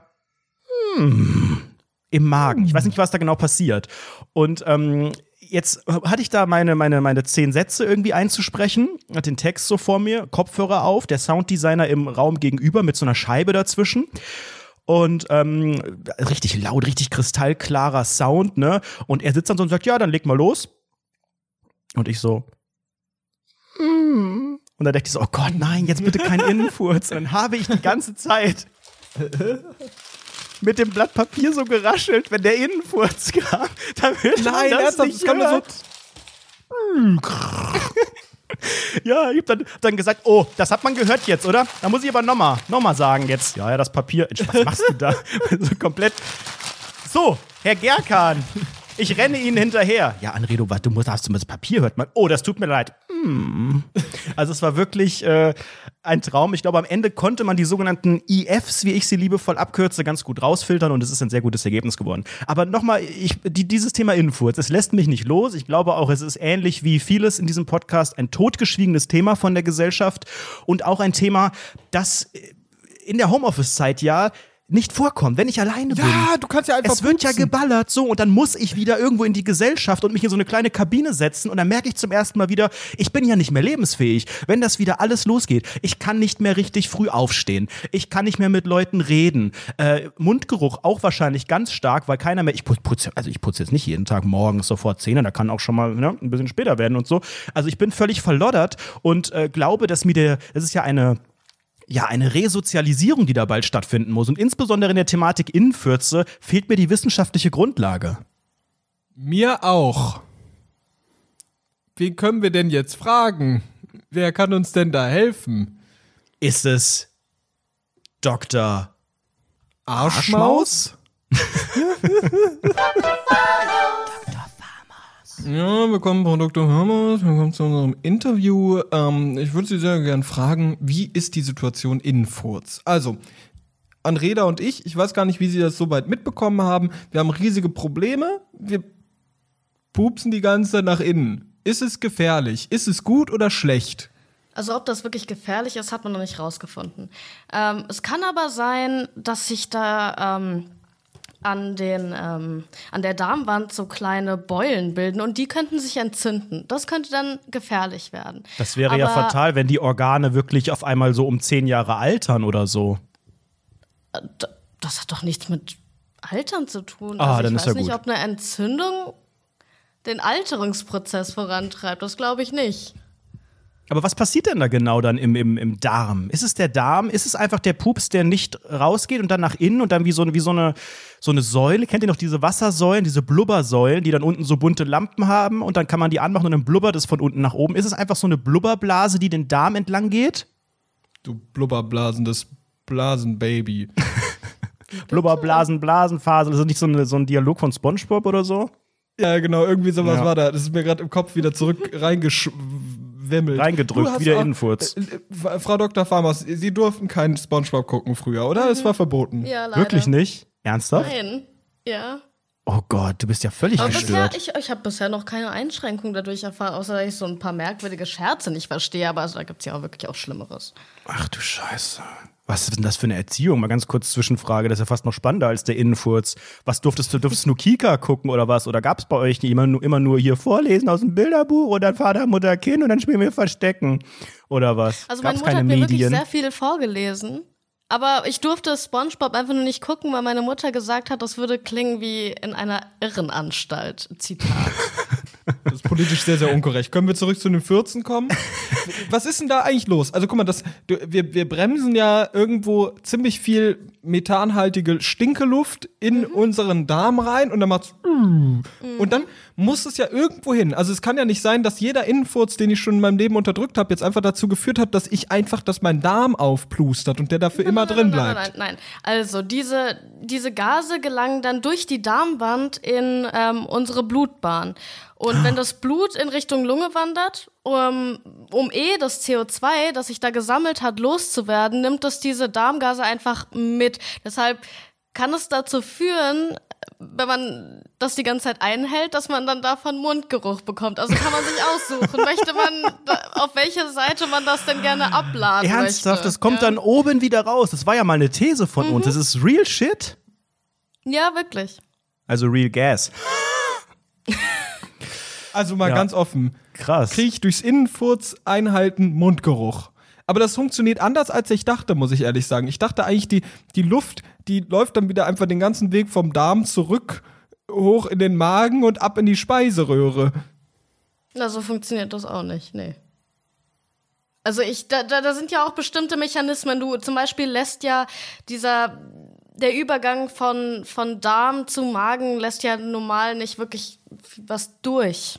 im Magen. Ich weiß nicht, was da genau passiert. Und jetzt hatte ich da meine 10 Sätze irgendwie einzusprechen, hatte den Text so vor mir, Kopfhörer auf, der Sounddesigner im Raum gegenüber mit so einer Scheibe dazwischen. Und richtig laut, richtig kristallklarer Sound, ne? Und er sitzt dann so und sagt, ja, dann leg mal los. Und ich so, Und dann dachte ich so, oh Gott, nein, jetzt bitte kein Innenfurz. Und dann habe ich die ganze Zeit mit dem Blatt Papier so geraschelt, wenn der Innenfurz kam, damit man das nicht hört. Ja, ich hab dann gesagt, oh, das hat man gehört jetzt, oder? Da muss ich aber nochmal sagen jetzt. Ja, das Papier. Was machst du da? So komplett. So, Herr Gerkan, ich renne Ihnen hinterher. Ja, Anredo, du darfst das Papier hört man. Oh, das tut mir leid. Also es war wirklich ein Traum. Ich glaube, am Ende konnte man die sogenannten IFs, wie ich sie liebevoll abkürze, ganz gut rausfiltern und es ist ein sehr gutes Ergebnis geworden. Aber nochmal, dieses Thema Innenfurz, es lässt mich nicht los. Ich glaube auch, es ist ähnlich wie vieles in diesem Podcast ein totgeschwiegenes Thema von der Gesellschaft und auch ein Thema, das in der Homeoffice-Zeit ja nicht vorkommt, wenn ich alleine bin. Ja, du kannst ja einfach Es wird ja pupsen. geballert, so, und dann muss ich wieder irgendwo in die Gesellschaft und mich in so eine kleine Kabine setzen und dann merke ich zum ersten Mal wieder, ich bin ja nicht mehr lebensfähig, wenn das wieder alles losgeht. Ich kann nicht mehr richtig früh aufstehen. Ich kann nicht mehr mit Leuten reden. Mundgeruch auch wahrscheinlich ganz stark, weil keiner mehr, ich putze jetzt nicht jeden Tag morgens sofort Zähne, da kann auch schon mal ein bisschen später werden und so. Also ich bin völlig verloddert und glaube, dass das ist ja eine Resozialisierung, die da bald stattfinden muss. Und insbesondere in der Thematik Innenfürze fehlt mir die wissenschaftliche Grundlage. Mir auch. Wen können wir denn jetzt fragen? Wer kann uns denn da helfen? Ist es Dr. Arschmaus? Ja, willkommen, Frau Dr. Hamers. Willkommen zu unserem Interview. Ich würde Sie sehr gerne fragen, wie ist die Situation Innenfurz? Also, Anreda und ich weiß gar nicht, wie Sie das so weit mitbekommen haben. Wir haben riesige Probleme. Wir pupsen die ganze Zeit nach innen. Ist es gefährlich? Ist es gut oder schlecht? Also ob das wirklich gefährlich ist, hat man noch nicht rausgefunden. Es kann aber sein, dass sich da an der Darmwand so kleine Beulen bilden und die könnten sich entzünden. Das könnte dann gefährlich werden. Das wäre ja fatal, wenn die Organe wirklich auf einmal so um 10 Jahre altern oder so. Das hat doch nichts mit Altern zu tun. Ah, also dann ich ist weiß ja nicht, gut. ob eine Entzündung den Alterungsprozess vorantreibt. Das glaube ich nicht. Aber was passiert denn da genau dann im Darm? Ist es der Darm? Ist es einfach der Pups, der nicht rausgeht und dann nach innen und dann wie so eine Säule? Kennt ihr noch diese Wassersäulen, diese Blubbersäulen, die dann unten so bunte Lampen haben und dann kann man die anmachen und dann blubbert es von unten nach oben? Ist es einfach so eine Blubberblase, die den Darm entlang geht? Du blubberblasendes Blasenbaby. Blubberblasen, Blasenphase, das ist nicht so ein Dialog von SpongeBob oder so? Ja, genau, irgendwie sowas Ja. war da. Das ist mir gerade im Kopf wieder zurück reingedrückt. Reingedrückt, wie der Innenfurz. Frau Dr. Farmers, Sie durften keinen SpongeBob gucken früher, oder? Es war verboten. Ja, leider. Wirklich nicht? Ernsthaft? Nein. Ja. Oh Gott, du bist ja völlig Aber gestört. ich habe bisher noch keine Einschränkung dadurch erfahren, außer dass ich so ein paar merkwürdige Scherze nicht verstehe. Aber also, da gibt es ja auch wirklich auch Schlimmeres. Ach du Scheiße. Was ist denn das für eine Erziehung? Mal ganz kurz Zwischenfrage, das ist ja fast noch spannender als der Innenfurz. Was durftest du nur Kika gucken oder was? Oder gab es bei euch nicht immer nur hier vorlesen aus dem Bilderbuch und dann Vater, Mutter, Kind und dann spielen wir Verstecken? Oder was? Also Gab's meine Mutter keine hat mir wirklich Medien? sehr viel vorgelesen. Aber ich durfte SpongeBob einfach nur nicht gucken, weil meine Mutter gesagt hat, das würde klingen wie in einer Irrenanstalt. Zitat. Das ist politisch sehr, sehr unkorrekt. Können wir zurück zu den 14 kommen? Was ist denn da eigentlich los? Also guck mal, wir bremsen ja irgendwo ziemlich viel methanhaltige Stinkeluft in unseren Darm rein und dann macht's und dann muss es ja irgendwo hin. Also es kann ja nicht sein, dass jeder Innenfurz, den ich schon in meinem Leben unterdrückt habe, jetzt einfach dazu geführt hat, dass mein Darm aufplustert und der dafür immer drin bleibt. Nein. Also diese Gase gelangen dann durch die Darmwand in unsere Blutbahn. Und wenn das Blut in Richtung Lunge wandert, um das CO2, das sich da gesammelt hat, loszuwerden, nimmt das diese Darmgase einfach mit. Deshalb kann es dazu führen, wenn man das die ganze Zeit einhält, dass man dann davon Mundgeruch bekommt. Also kann man sich aussuchen, auf welche Seite man das denn gerne abladen Ernsthaft, möchte. das kommt dann oben wieder raus. Das war ja mal eine These von uns. Das ist real shit. Ja, wirklich. Also real gas. Also mal Ja. ganz offen. Krass. Kriege ich durchs Innenfurz einhalten Mundgeruch. Aber das funktioniert anders, als ich dachte, muss ich ehrlich sagen. Ich dachte eigentlich, die Luft, die läuft dann wieder einfach den ganzen Weg vom Darm zurück, hoch in den Magen und ab in die Speiseröhre. Na, so funktioniert das auch nicht, nee. Also da sind ja auch bestimmte Mechanismen. Du zum Beispiel lässt ja der Übergang von Darm zu Magen lässt ja normal nicht wirklich was durch.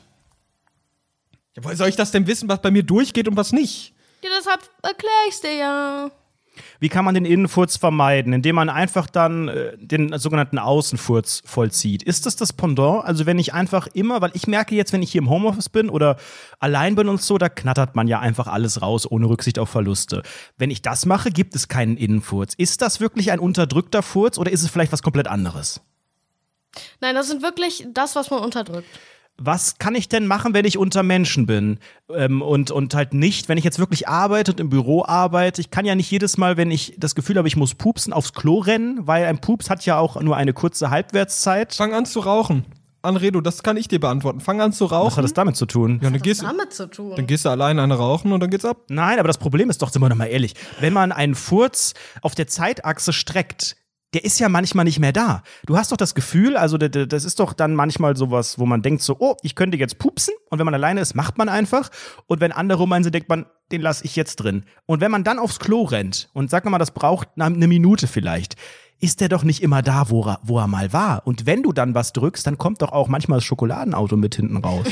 Ja, woher soll ich das denn wissen, was bei mir durchgeht und was nicht? Ja, deshalb erkläre ich's dir ja. Wie kann man den Innenfurz vermeiden? Indem man einfach dann den sogenannten Außenfurz vollzieht. Ist das Pendant? Also wenn ich einfach immer, weil ich merke jetzt, wenn ich hier im Homeoffice bin oder allein bin und so, da knattert man ja einfach alles raus, ohne Rücksicht auf Verluste. Wenn ich das mache, gibt es keinen Innenfurz. Ist das wirklich ein unterdrückter Furz oder ist es vielleicht was komplett anderes? Nein, das sind wirklich das, was man unterdrückt. Was kann ich denn machen, wenn ich unter Menschen bin? Und halt nicht, wenn ich jetzt wirklich arbeite und im Büro arbeite. Ich kann ja nicht jedes Mal, wenn ich das Gefühl habe, ich muss pupsen, aufs Klo rennen, weil ein Pups hat ja auch nur eine kurze Halbwertszeit. Fang an zu rauchen. Anredo, das kann ich dir beantworten. Fang an zu rauchen. Was hat das damit zu tun? Ja, dann gehst du allein eine rauchen und dann geht's ab. Nein, aber das Problem ist doch, sind wir doch mal ehrlich, wenn man einen Furz auf der Zeitachse streckt, der ist ja manchmal nicht mehr da. Du hast doch das Gefühl, also das ist doch dann manchmal sowas, wo man denkt so, oh, ich könnte jetzt pupsen. Und wenn man alleine ist, macht man einfach. Und wenn andere um einen sind, denkt man, den lasse ich jetzt drin. Und wenn man dann aufs Klo rennt und sagt mal, das braucht eine Minute vielleicht, ist der doch nicht immer da, wo er mal war. Und wenn du dann was drückst, dann kommt doch auch manchmal das Schokoladenauto mit hinten raus.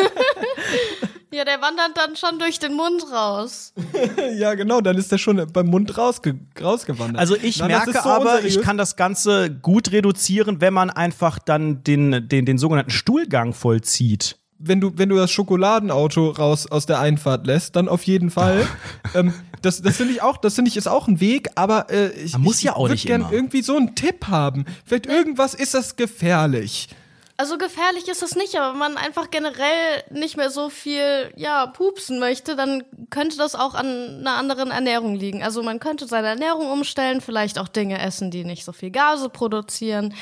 Ja, der wandert dann schon durch den Mund raus. Ja, genau, dann ist der schon beim Mund rausgewandert. Also ich merke so aber, unseriös. Ich kann das Ganze gut reduzieren, wenn man einfach dann den sogenannten Stuhlgang vollzieht. Wenn du das Schokoladenauto raus aus der Einfahrt lässt, dann auf jeden Fall. Das finde ich ist auch ein Weg, aber ich würde gerne irgendwie so einen Tipp haben. Vielleicht irgendwas ist das gefährlich. Also gefährlich ist es nicht, aber wenn man einfach generell nicht mehr so viel, pupsen möchte, dann könnte das auch an einer anderen Ernährung liegen. Also man könnte seine Ernährung umstellen, vielleicht auch Dinge essen, die nicht so viel Gase produzieren.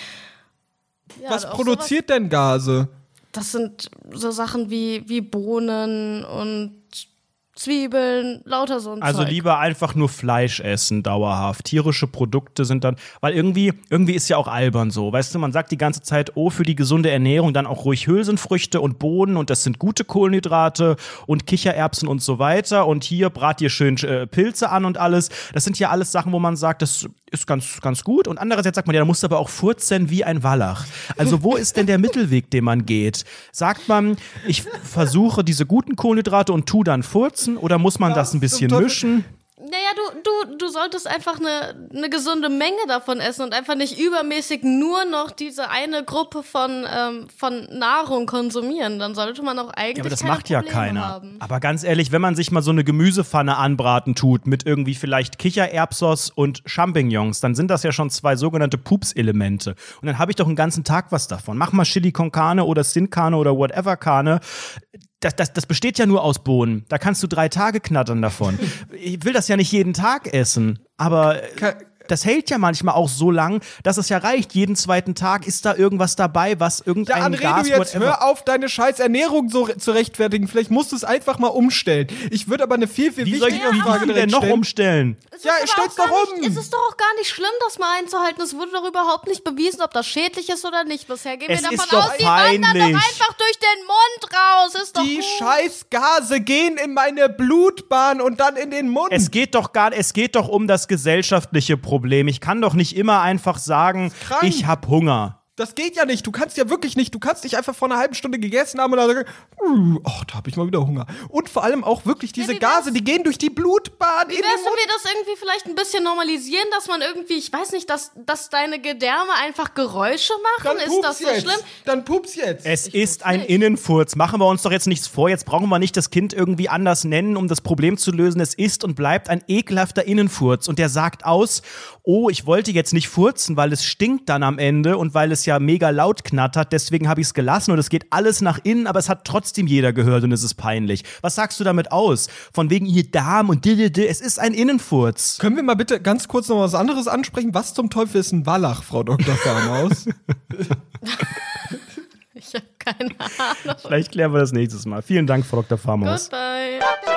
Ja, was produziert denn Gase? Das sind so Sachen wie Bohnen und Zwiebeln, lauter so ein Also Zeug. Lieber einfach nur Fleisch essen, dauerhaft. Tierische Produkte sind dann, weil irgendwie ist ja auch albern so. Weißt du, man sagt die ganze Zeit, oh, für die gesunde Ernährung dann auch ruhig Hülsenfrüchte und Bohnen und das sind gute Kohlenhydrate und Kichererbsen und so weiter und hier brat ihr schön Pilze an und alles. Das sind ja alles Sachen, wo man sagt, das ist ganz, ganz gut. Und andererseits sagt man, ja, da musst du aber auch furzen wie ein Wallach. Also wo ist denn der Mittelweg, den man geht? Sagt man, ich versuche diese guten Kohlenhydrate und tu dann furzen oder muss man das ein bisschen mischen? Naja, du solltest einfach eine gesunde Menge davon essen und einfach nicht übermäßig nur noch diese eine Gruppe von Nahrung konsumieren. Dann sollte man auch eigentlich aber das keine macht ja Probleme keiner. haben. Aber ganz ehrlich, wenn man sich mal so eine Gemüsepfanne anbraten tut mit irgendwie vielleicht Kichererbsos und Champignons, dann sind das ja schon 2 sogenannte Pups-Elemente. Und dann habe ich doch einen ganzen Tag was davon. Mach mal Chili con Carne oder Sin Carne oder whatever Carne. Das besteht ja nur aus Bohnen. Da kannst du 3 Tage knattern davon. Ich will das ja nicht jeden Tag essen, aber das hält ja manchmal auch so lang, dass es ja reicht. Jeden 2. Tag ist da irgendwas dabei, was irgendein Gas... Ja, jetzt hör auf, deine scheiß Ernährung so zu rechtfertigen. Vielleicht musst du es einfach mal umstellen. Ich würde aber eine viel wichtigere Frage denn noch umstellen? Ja, stell's doch um. Es ist doch auch gar nicht schlimm, das mal einzuhalten. Es wurde doch überhaupt nicht bewiesen, ob das schädlich ist oder nicht. Bisher gehen wir davon aus, die wandern doch einfach durch den Mund raus. Ist doch die gut. scheiß Gase gehen in meine Blutbahn und dann in den Mund. Es geht doch um das gesellschaftliche Problem. Ich kann doch nicht immer einfach sagen, ich hab Hunger. Das geht ja nicht. Du kannst ja wirklich nicht. Du kannst nicht einfach vor einer halben Stunde gegessen haben und dann sagen, da hab ich mal wieder Hunger. Und vor allem auch wirklich diese Gase, die gehen durch die Blutbahn. Wie wär's, wenn wir das irgendwie vielleicht ein bisschen normalisieren, dass man irgendwie, ich weiß nicht, dass deine Gedärme einfach Geräusche machen? Dann ist das so schlimm? Dann pups jetzt. Es ist ein Innenfurz. Machen wir uns doch jetzt nichts vor. Jetzt brauchen wir nicht das Kind irgendwie anders nennen, um das Problem zu lösen. Es ist und bleibt ein ekelhafter Innenfurz. Und der sagt aus, oh, ich wollte jetzt nicht furzen, weil es stinkt dann am Ende und weil es ja mega laut knattert, deswegen habe ich es gelassen und es geht alles nach innen, aber es hat trotzdem jeder gehört und es ist peinlich. Was sagst du damit aus? Von wegen hier Darm und es ist ein Innenfurz. Können wir mal bitte ganz kurz noch was anderes ansprechen? Was zum Teufel ist ein Wallach, Frau Dr. Farmaus? Ich habe keine Ahnung. Vielleicht klären wir das nächstes Mal. Vielen Dank, Frau Dr. Farmaus. Goodbye.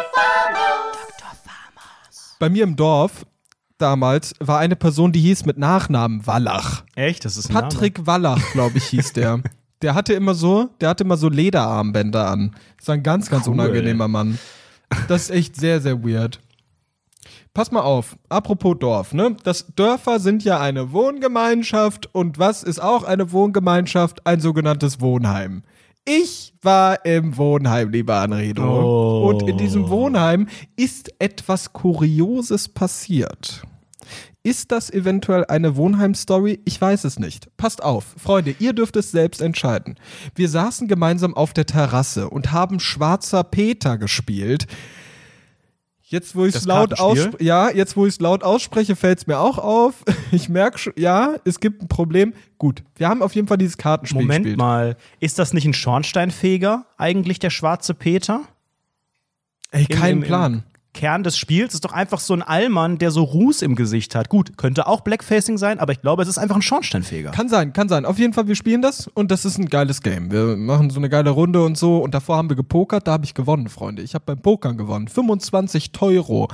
Bei mir im Dorf damals war eine Person, die hieß mit Nachnamen Wallach. Echt? Das ist ein Patrick Wallach, glaube ich, hieß der. Der hatte immer so Lederarmbänder an. Das war ein ganz, ganz unangenehmer Mann. Das ist echt sehr, sehr weird. Pass mal auf, apropos Dorf, ne? Dörfer sind ja eine Wohngemeinschaft und was ist auch eine Wohngemeinschaft? Ein sogenanntes Wohnheim. Ich war im Wohnheim, lieber Anredo. Oh. Und in diesem Wohnheim ist etwas Kurioses passiert. Ist das eventuell eine Wohnheim-Story? Ich weiß es nicht. Passt auf, Freunde, ihr dürft es selbst entscheiden. Wir saßen gemeinsam auf der Terrasse und haben Schwarzer Peter gespielt. Jetzt, wo ich es laut ausspreche, fällt es mir auch auf. Ich merke schon, ja, es gibt ein Problem. Gut, wir haben auf jeden Fall dieses Kartenspiel gespielt. Moment mal, ist das nicht ein Schornsteinfeger, eigentlich der Schwarze Peter? Ey, kein Plan. Kern des Spiels ist doch einfach so ein Allmann, der so Ruß im Gesicht hat. Gut, könnte auch Blackfacing sein, aber ich glaube, es ist einfach ein Schornsteinfeger. Kann sein. Auf jeden Fall, wir spielen das und das ist ein geiles Game. Wir machen so eine geile Runde und so und davor haben wir gepokert, da habe ich gewonnen, Freunde. Ich habe beim Pokern gewonnen. 25 €.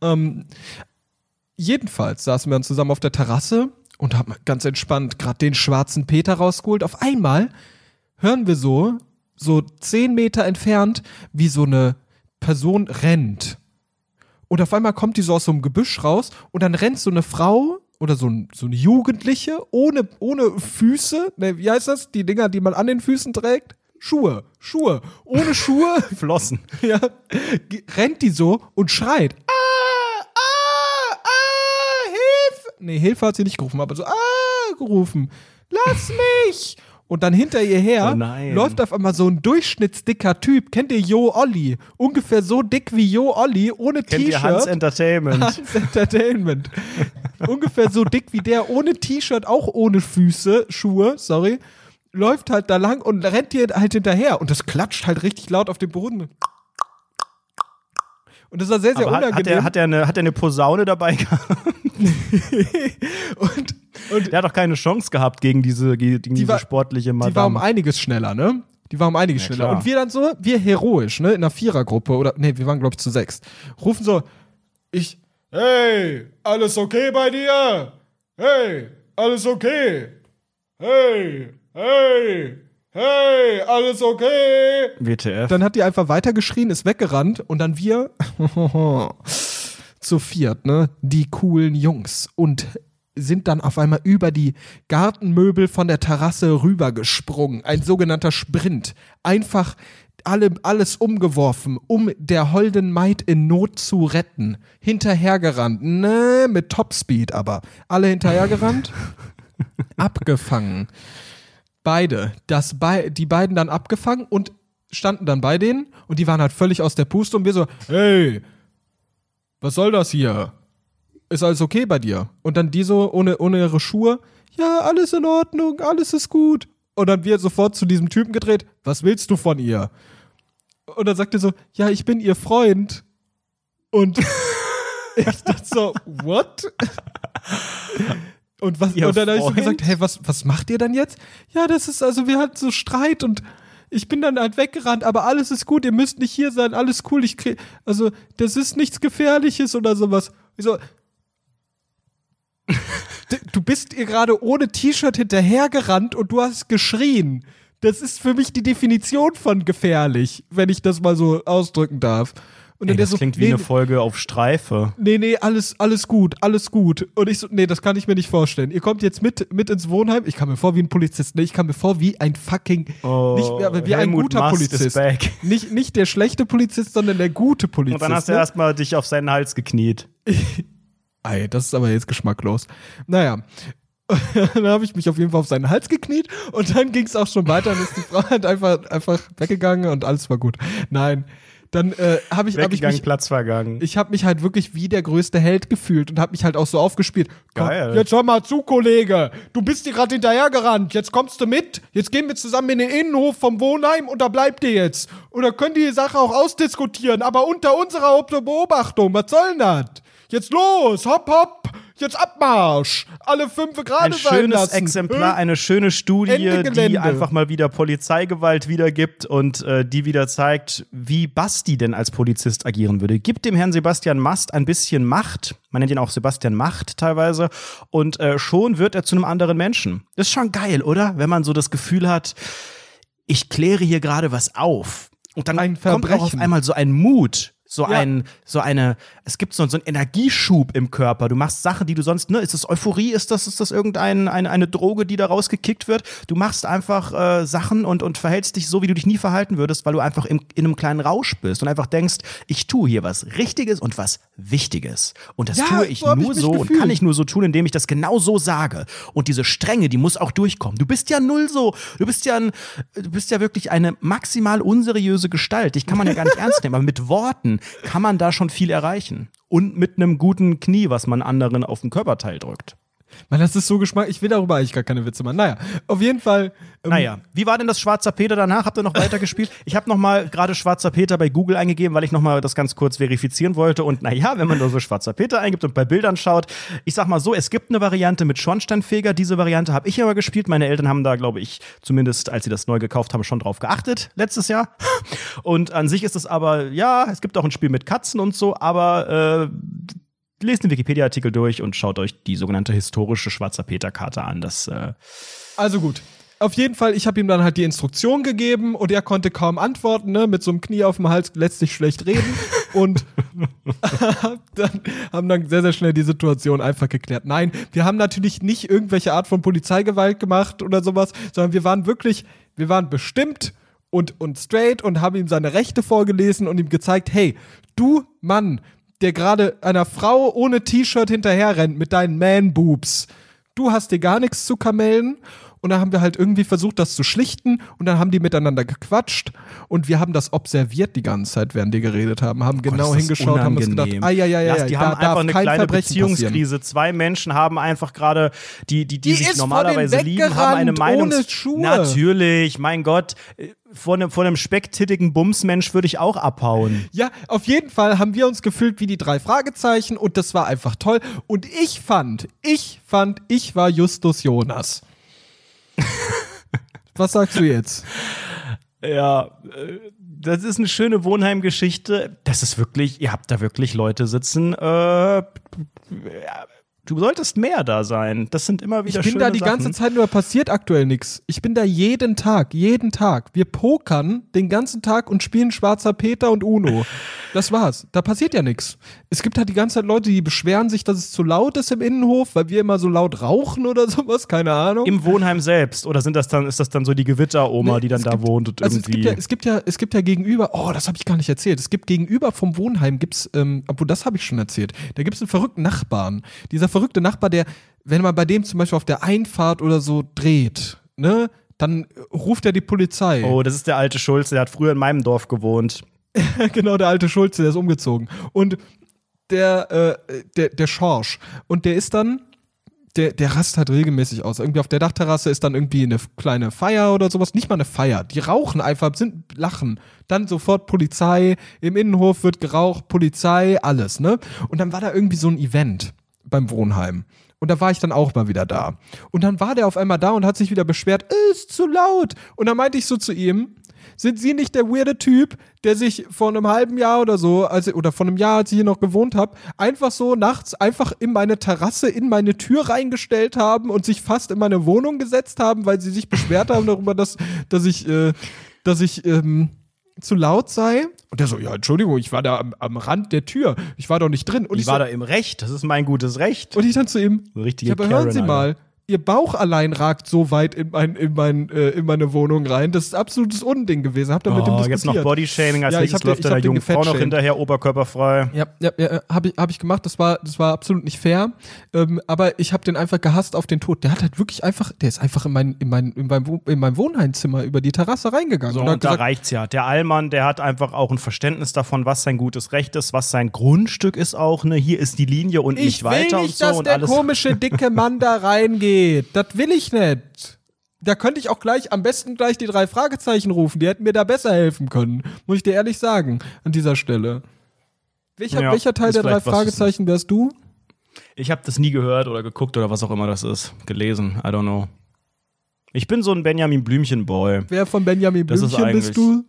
Jedenfalls saßen wir dann zusammen auf der Terrasse und haben ganz entspannt gerade den Schwarzen Peter rausgeholt. Auf einmal hören wir so 10 Meter entfernt, wie so eine Person rennt. Und auf einmal kommt die so aus so einem Gebüsch raus und dann rennt so eine Frau oder so eine Jugendliche ohne Füße, ne, wie heißt das? Die Dinger, die man an den Füßen trägt? Schuhe. Ohne Schuhe. Flossen. Ja, rennt die so und schreit. Hilfe! Nee, Hilfe hat sie nicht gerufen, aber so, gerufen. Lass mich! Und dann hinter ihr her läuft auf einmal so ein durchschnittsdicker Typ. Kennt ihr Jo Olli? Ungefähr so dick wie Jo Olli, ohne T-Shirt. Kennt ihr Hans Entertainment? Hans Entertainment. Ungefähr so dick wie der, ohne T-Shirt, auch ohne Schuhe, läuft halt da lang und rennt ihr halt hinterher. Und das klatscht halt richtig laut auf dem Boden. Und das war sehr, sehr unangenehm. Hat er eine Posaune dabei gehabt? und der hat doch keine Chance gehabt gegen diese sportliche Madame. Die war um einiges schneller, ne? Klar. Und wir heroisch, ne? In einer Vierergruppe wir waren, glaube ich, zu 6. Rufen so, hey, alles okay bei dir? Hey, alles okay? Hey, alles okay? WTF. Dann hat die einfach weitergeschrien, ist weggerannt und dann wir zu 4, ne? Die coolen Jungs und sind dann auf einmal über die Gartenmöbel von der Terrasse rübergesprungen. Ein sogenannter Sprint. Einfach alles umgeworfen, um der holden Maid in Not zu retten. Hinterhergerannt. Ne, mit Topspeed aber. Alle hinterhergerannt. Abgefangen. Die beiden dann abgefangen und standen dann bei denen und die waren halt völlig aus der Puste und wir so, hey, was soll das hier? Ist alles okay bei dir? Und dann die so, ohne ihre Schuhe, ja, alles in Ordnung, alles ist gut. Und dann wir sofort zu diesem Typen gedreht, was willst du von ihr? Und dann sagt er so, ja, ich bin ihr Freund. Und ich dachte so, what? Und dann habe ich so gesagt, hey, was macht ihr dann jetzt? Ja, wir hatten so Streit und ich bin dann halt weggerannt, aber alles ist gut, ihr müsst nicht hier sein, alles cool, das ist nichts Gefährliches oder sowas. Ich so, du bist ihr gerade ohne T-Shirt hinterhergerannt und du hast geschrien. Das ist für mich die Definition von gefährlich, wenn ich das mal so ausdrücken darf. Und das klingt wie eine Folge auf Streife. Nee, alles gut. Und ich so, nee, das kann ich mir nicht vorstellen. Ihr kommt jetzt mit ins Wohnheim. Ich kam mir vor wie ein Polizist. Nee, ich kam mir vor wie ein fucking, wie ein guter Polizist. Nicht der schlechte Polizist, sondern der gute Polizist. Und dann hast du erstmal dich auf seinen Hals gekniet. Ey, das ist aber jetzt geschmacklos. Naja. Dann habe ich mich auf jeden Fall auf seinen Hals gekniet und dann ging es auch schon weiter. Dann ist die Frau halt einfach weggegangen und alles war gut. Nein. Dann habe ich mich Platz vergangen. Ich habe mich halt wirklich wie der größte Held gefühlt und habe mich halt auch so aufgespielt. Geil. Jetzt hör mal zu, Kollege. Du bist dir gerade hinterhergerannt. Jetzt kommst du mit. Jetzt gehen wir zusammen in den Innenhof vom Wohnheim und da bleibt ihr jetzt. Und da könnt ihr die Sache auch ausdiskutieren, aber unter unserer Beobachtung. Was soll denn das? Jetzt los, hopp, jetzt Abmarsch. Alle 5 gerade sein lassen. Ein schönes Exemplar, eine schöne Studie, die einfach mal wieder Polizeigewalt wiedergibt und die wieder zeigt, wie Basti denn als Polizist agieren würde. Gibt dem Herrn Sebastian Mast ein bisschen Macht, man nennt ihn auch Sebastian Macht teilweise, und schon wird er zu einem anderen Menschen. Das ist schon geil, oder? Wenn man so das Gefühl hat, ich kläre hier gerade was auf. Und dann kommt auch auf einmal so ein Mut es gibt so einen Energieschub im Körper. Du machst Sachen, die du sonst, ist das Euphorie, ist das eine Droge, die da rausgekickt wird? Du machst einfach Sachen und verhältst dich so, wie du dich nie verhalten würdest, weil du einfach in einem kleinen Rausch bist und einfach denkst, ich tue hier was Richtiges und was Wichtiges. Und das tue ich nur so und kann ich nur so tun, indem ich das genau so sage. Und diese Strenge, die muss auch durchkommen. Du bist ja null so. Du bist ja wirklich eine maximal unseriöse Gestalt. Dich kann man ja gar nicht ernst nehmen. Aber mit Worten kann man da schon viel erreichen. Und mit einem guten Knie, was man anderen auf den Körperteil drückt. Mann, das ist so Geschmack. Ich will darüber eigentlich gar keine Witze machen. Naja, auf jeden Fall. Wie war denn das Schwarzer Peter danach? Habt ihr noch weitergespielt? Ich habe noch mal gerade Schwarzer Peter bei Google eingegeben, weil ich noch mal das ganz kurz verifizieren wollte. Und wenn man nur so Schwarzer Peter eingibt und bei Bildern schaut, ich sag mal so, es gibt eine Variante mit Schornsteinfeger. Diese Variante habe ich aber gespielt. Meine Eltern haben da, glaube ich, zumindest als sie das neu gekauft haben, schon drauf geachtet, letztes Jahr. Und an sich ist es aber, es gibt auch ein Spiel mit Katzen und so, aber lest den Wikipedia-Artikel durch und schaut euch die sogenannte historische Schwarzer Peter-Karte an. Also gut. Auf jeden Fall, ich habe ihm dann halt die Instruktion gegeben und er konnte kaum antworten, ne? Mit so einem Knie auf dem Hals lässt sich schlecht reden und haben dann sehr, sehr schnell die Situation einfach geklärt. Nein, wir haben natürlich nicht irgendwelche Art von Polizeigewalt gemacht oder sowas, sondern wir waren bestimmt und straight und haben ihm seine Rechte vorgelesen und ihm gezeigt, hey, du Mann, der gerade einer Frau ohne T-Shirt hinterher rennt mit deinen Man-Boobs. Du hast dir gar nichts zu kamellen. Und dann haben wir halt irgendwie versucht, das zu schlichten. Und dann haben die miteinander gequatscht. Und wir haben das observiert die ganze Zeit, während die geredet haben. Haben genau hingeschaut, haben uns gedacht, die haben einfach eine kleine Beziehungskrise. Zwei Menschen haben einfach gerade, die sich normalerweise lieben, haben eine Meinung. Ohne Schuhe. Natürlich, mein Gott. Vor einem specktittigen Bumsmensch würde ich auch abhauen. Ja, auf jeden Fall haben wir uns gefühlt wie die 3 Fragezeichen und das war einfach toll. Und ich war Justus Jonas. Was sagst du jetzt? Ja, das ist eine schöne Wohnheimgeschichte. Das ist wirklich, ihr habt da wirklich Leute sitzen, du solltest mehr da sein. Das sind immer wieder schöne Sachen. Ich bin da die ganze Zeit, nur passiert aktuell nichts. Ich bin da jeden Tag. Wir pokern den ganzen Tag und spielen Schwarzer Peter und Uno. Das war's. Da passiert ja nichts. Es gibt halt die ganze Zeit Leute, die beschweren sich, dass es zu laut ist im Innenhof, weil wir immer so laut rauchen oder sowas, keine Ahnung. Im Wohnheim selbst? Oder ist das dann so die Gewitteroma, die dann da wohnt und irgendwie... Es gibt ja gegenüber, das habe ich gar nicht erzählt, es gibt gegenüber vom Wohnheim obwohl das habe ich schon erzählt, da gibt es einen verrückten Nachbarn. Dieser verrückte Nachbar, der, wenn man bei dem zum Beispiel auf der Einfahrt oder so dreht, ne, dann ruft er die Polizei. Oh, das ist der alte Schulze, der hat früher in meinem Dorf gewohnt. Genau, der alte Schulze, der ist umgezogen. Und der Schorsch. Und der ist dann, der rastet halt regelmäßig aus. Irgendwie auf der Dachterrasse ist dann irgendwie eine kleine Feier oder sowas. Nicht mal eine Feier. Die rauchen einfach, lachen. Dann sofort Polizei, im Innenhof wird geraucht, Polizei, alles, ne? Und dann war da irgendwie so ein Event beim Wohnheim. Und da war ich dann auch mal wieder da. Und dann war der auf einmal da und hat sich wieder beschwert, ist zu laut. Und dann meinte ich so zu ihm, sind Sie nicht der weirde Typ, der sich vor einem halben Jahr oder so, oder vor einem Jahr, als ich hier noch gewohnt habe, einfach so nachts einfach in meine Terrasse, in meine Tür reingestellt haben und sich fast in meine Wohnung gesetzt haben, weil sie sich beschwert haben darüber, dass ich zu laut sei? Und der so, ja, Entschuldigung, ich war da am Rand der Tür. Ich war doch nicht drin. Und ich war da im Recht. Das ist mein gutes Recht. Und ich dann zu ihm, ja, aber hören Sie mal, Ihr Bauch allein ragt so weit in meine Wohnung rein. Das ist absolutes Unding gewesen. Habt ihr mit dem diskutiert? Jetzt noch Bodyshaming, als nächstes läuft der jungen Frau noch hinterher, oberkörperfrei. Ja, hab ich gemacht. Das war absolut nicht fair. Aber ich habe den einfach gehasst auf den Tod. Der hat halt wirklich der ist einfach in mein Wohnheimzimmer über die Terrasse reingegangen. So, und da reicht's ja. Der Allmann, der hat einfach auch ein Verständnis davon, was sein gutes Recht ist, was sein Grundstück ist auch. Ne? Hier ist die Linie und nicht weiter und so. Ich will nicht, dass der komische, dicke Mann da reingeht. Das will ich nicht. Da könnte ich auch am besten gleich die 3 Fragezeichen rufen. Die hätten mir da besser helfen können. Muss ich dir ehrlich sagen, an dieser Stelle. Welcher Teil der 3 Fragezeichen wärst du? Ich habe das nie gehört oder geguckt oder was auch immer das ist. Gelesen, I don't know. Ich bin so ein Benjamin Blümchen-Boy. Wer von Benjamin Blümchen bist du?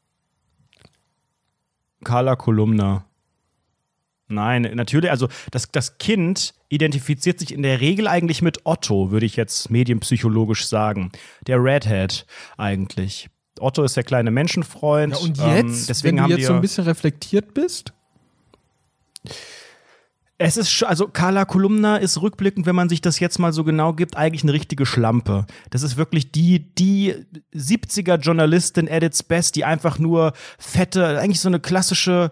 Carla Kolumna. Nein, natürlich, also das Kind identifiziert sich in der Regel eigentlich mit Otto, würde ich jetzt medienpsychologisch sagen. Der Redhead eigentlich. Otto ist der kleine Menschenfreund. Ja, und jetzt, deswegen wenn du jetzt so ein bisschen reflektiert bist? Es ist, also Carla Kolumna ist rückblickend, wenn man sich das jetzt mal so genau gibt, eigentlich eine richtige Schlampe. Das ist wirklich die 70er-Journalistin at its best, die einfach nur fette, eigentlich so eine klassische,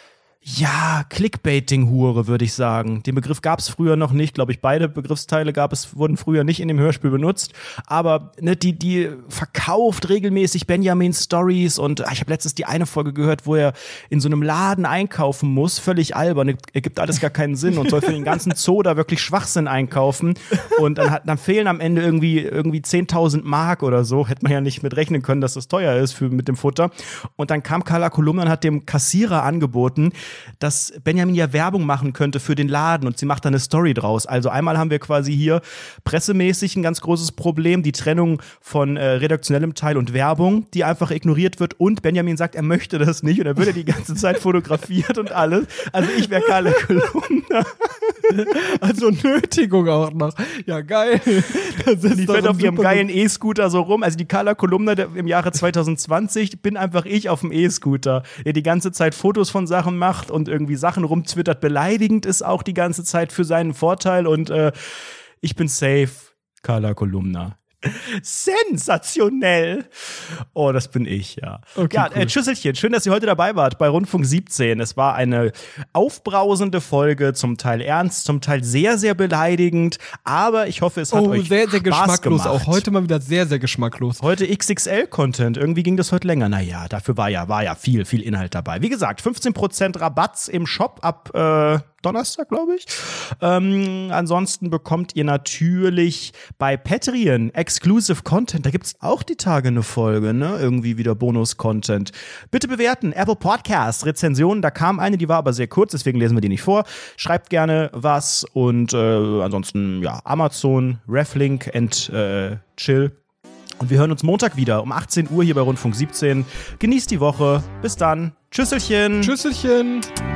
ja, Clickbaiting-Hure, würde ich sagen. Den Begriff gab es früher noch nicht, glaube ich. Beide Begriffsteile wurden früher nicht in dem Hörspiel benutzt. Aber ne, die verkauft regelmäßig Benjamins Stories. Und ich habe letztens die eine Folge gehört, wo er in so einem Laden einkaufen muss. Völlig albern. Ergibt alles gar keinen Sinn und soll für den ganzen Zoo da wirklich Schwachsinn einkaufen. Und dann fehlen am Ende irgendwie 10.000 Mark oder so. Hätte man ja nicht mit rechnen können, dass das teuer ist mit dem Futter. Und dann kam Carla Kolumna und hat dem Kassierer angeboten, dass Benjamin ja Werbung machen könnte für den Laden und sie macht da eine Story draus. Also einmal haben wir quasi hier pressemäßig ein ganz großes Problem, die Trennung von redaktionellem Teil und Werbung, die einfach ignoriert wird und Benjamin sagt, er möchte das nicht und er würde die ganze Zeit fotografiert und alles. Also ich wäre Carla Kolumna. Also Nötigung auch noch. Ja, geil. Die fährt auf ihrem geilen E-Scooter so rum. Also die Carla Kolumna im Jahre 2020 bin einfach ich auf dem E-Scooter, der die ganze Zeit Fotos von Sachen macht und irgendwie Sachen rumtwittert, beleidigend ist auch die ganze Zeit für seinen Vorteil und ich bin safe, Carla Kolumna. Sensationell. Oh, das bin ich, ja. Okay, ja, cool. Tschüsselchen, schön, dass ihr heute dabei wart bei Rundfunk 17. Es war eine aufbrausende Folge, zum Teil ernst, zum Teil sehr, sehr beleidigend, aber ich hoffe, es hat euch sehr, sehr Spaß geschmacklos. gemacht. Auch heute mal wieder sehr, sehr geschmacklos. Heute XXL-Content. Irgendwie ging das heute länger. Naja, dafür war ja viel Inhalt dabei. Wie gesagt, 15% Rabatt im Shop ab Donnerstag, glaube ich. Ansonsten bekommt ihr natürlich bei Patreon Exclusive Content. Da gibt's auch die Tage eine Folge, ne? Irgendwie wieder Bonus-Content. Bitte bewerten. Apple Podcasts, Rezensionen. Da kam eine, die war aber sehr kurz, deswegen lesen wir die nicht vor. Schreibt gerne was und ansonsten, ja, Amazon, Reflink and Chill. Und wir hören uns Montag wieder um 18 Uhr hier bei Rundfunk 17. Genießt die Woche. Bis dann. Tschüsselchen. Tschüsselchen.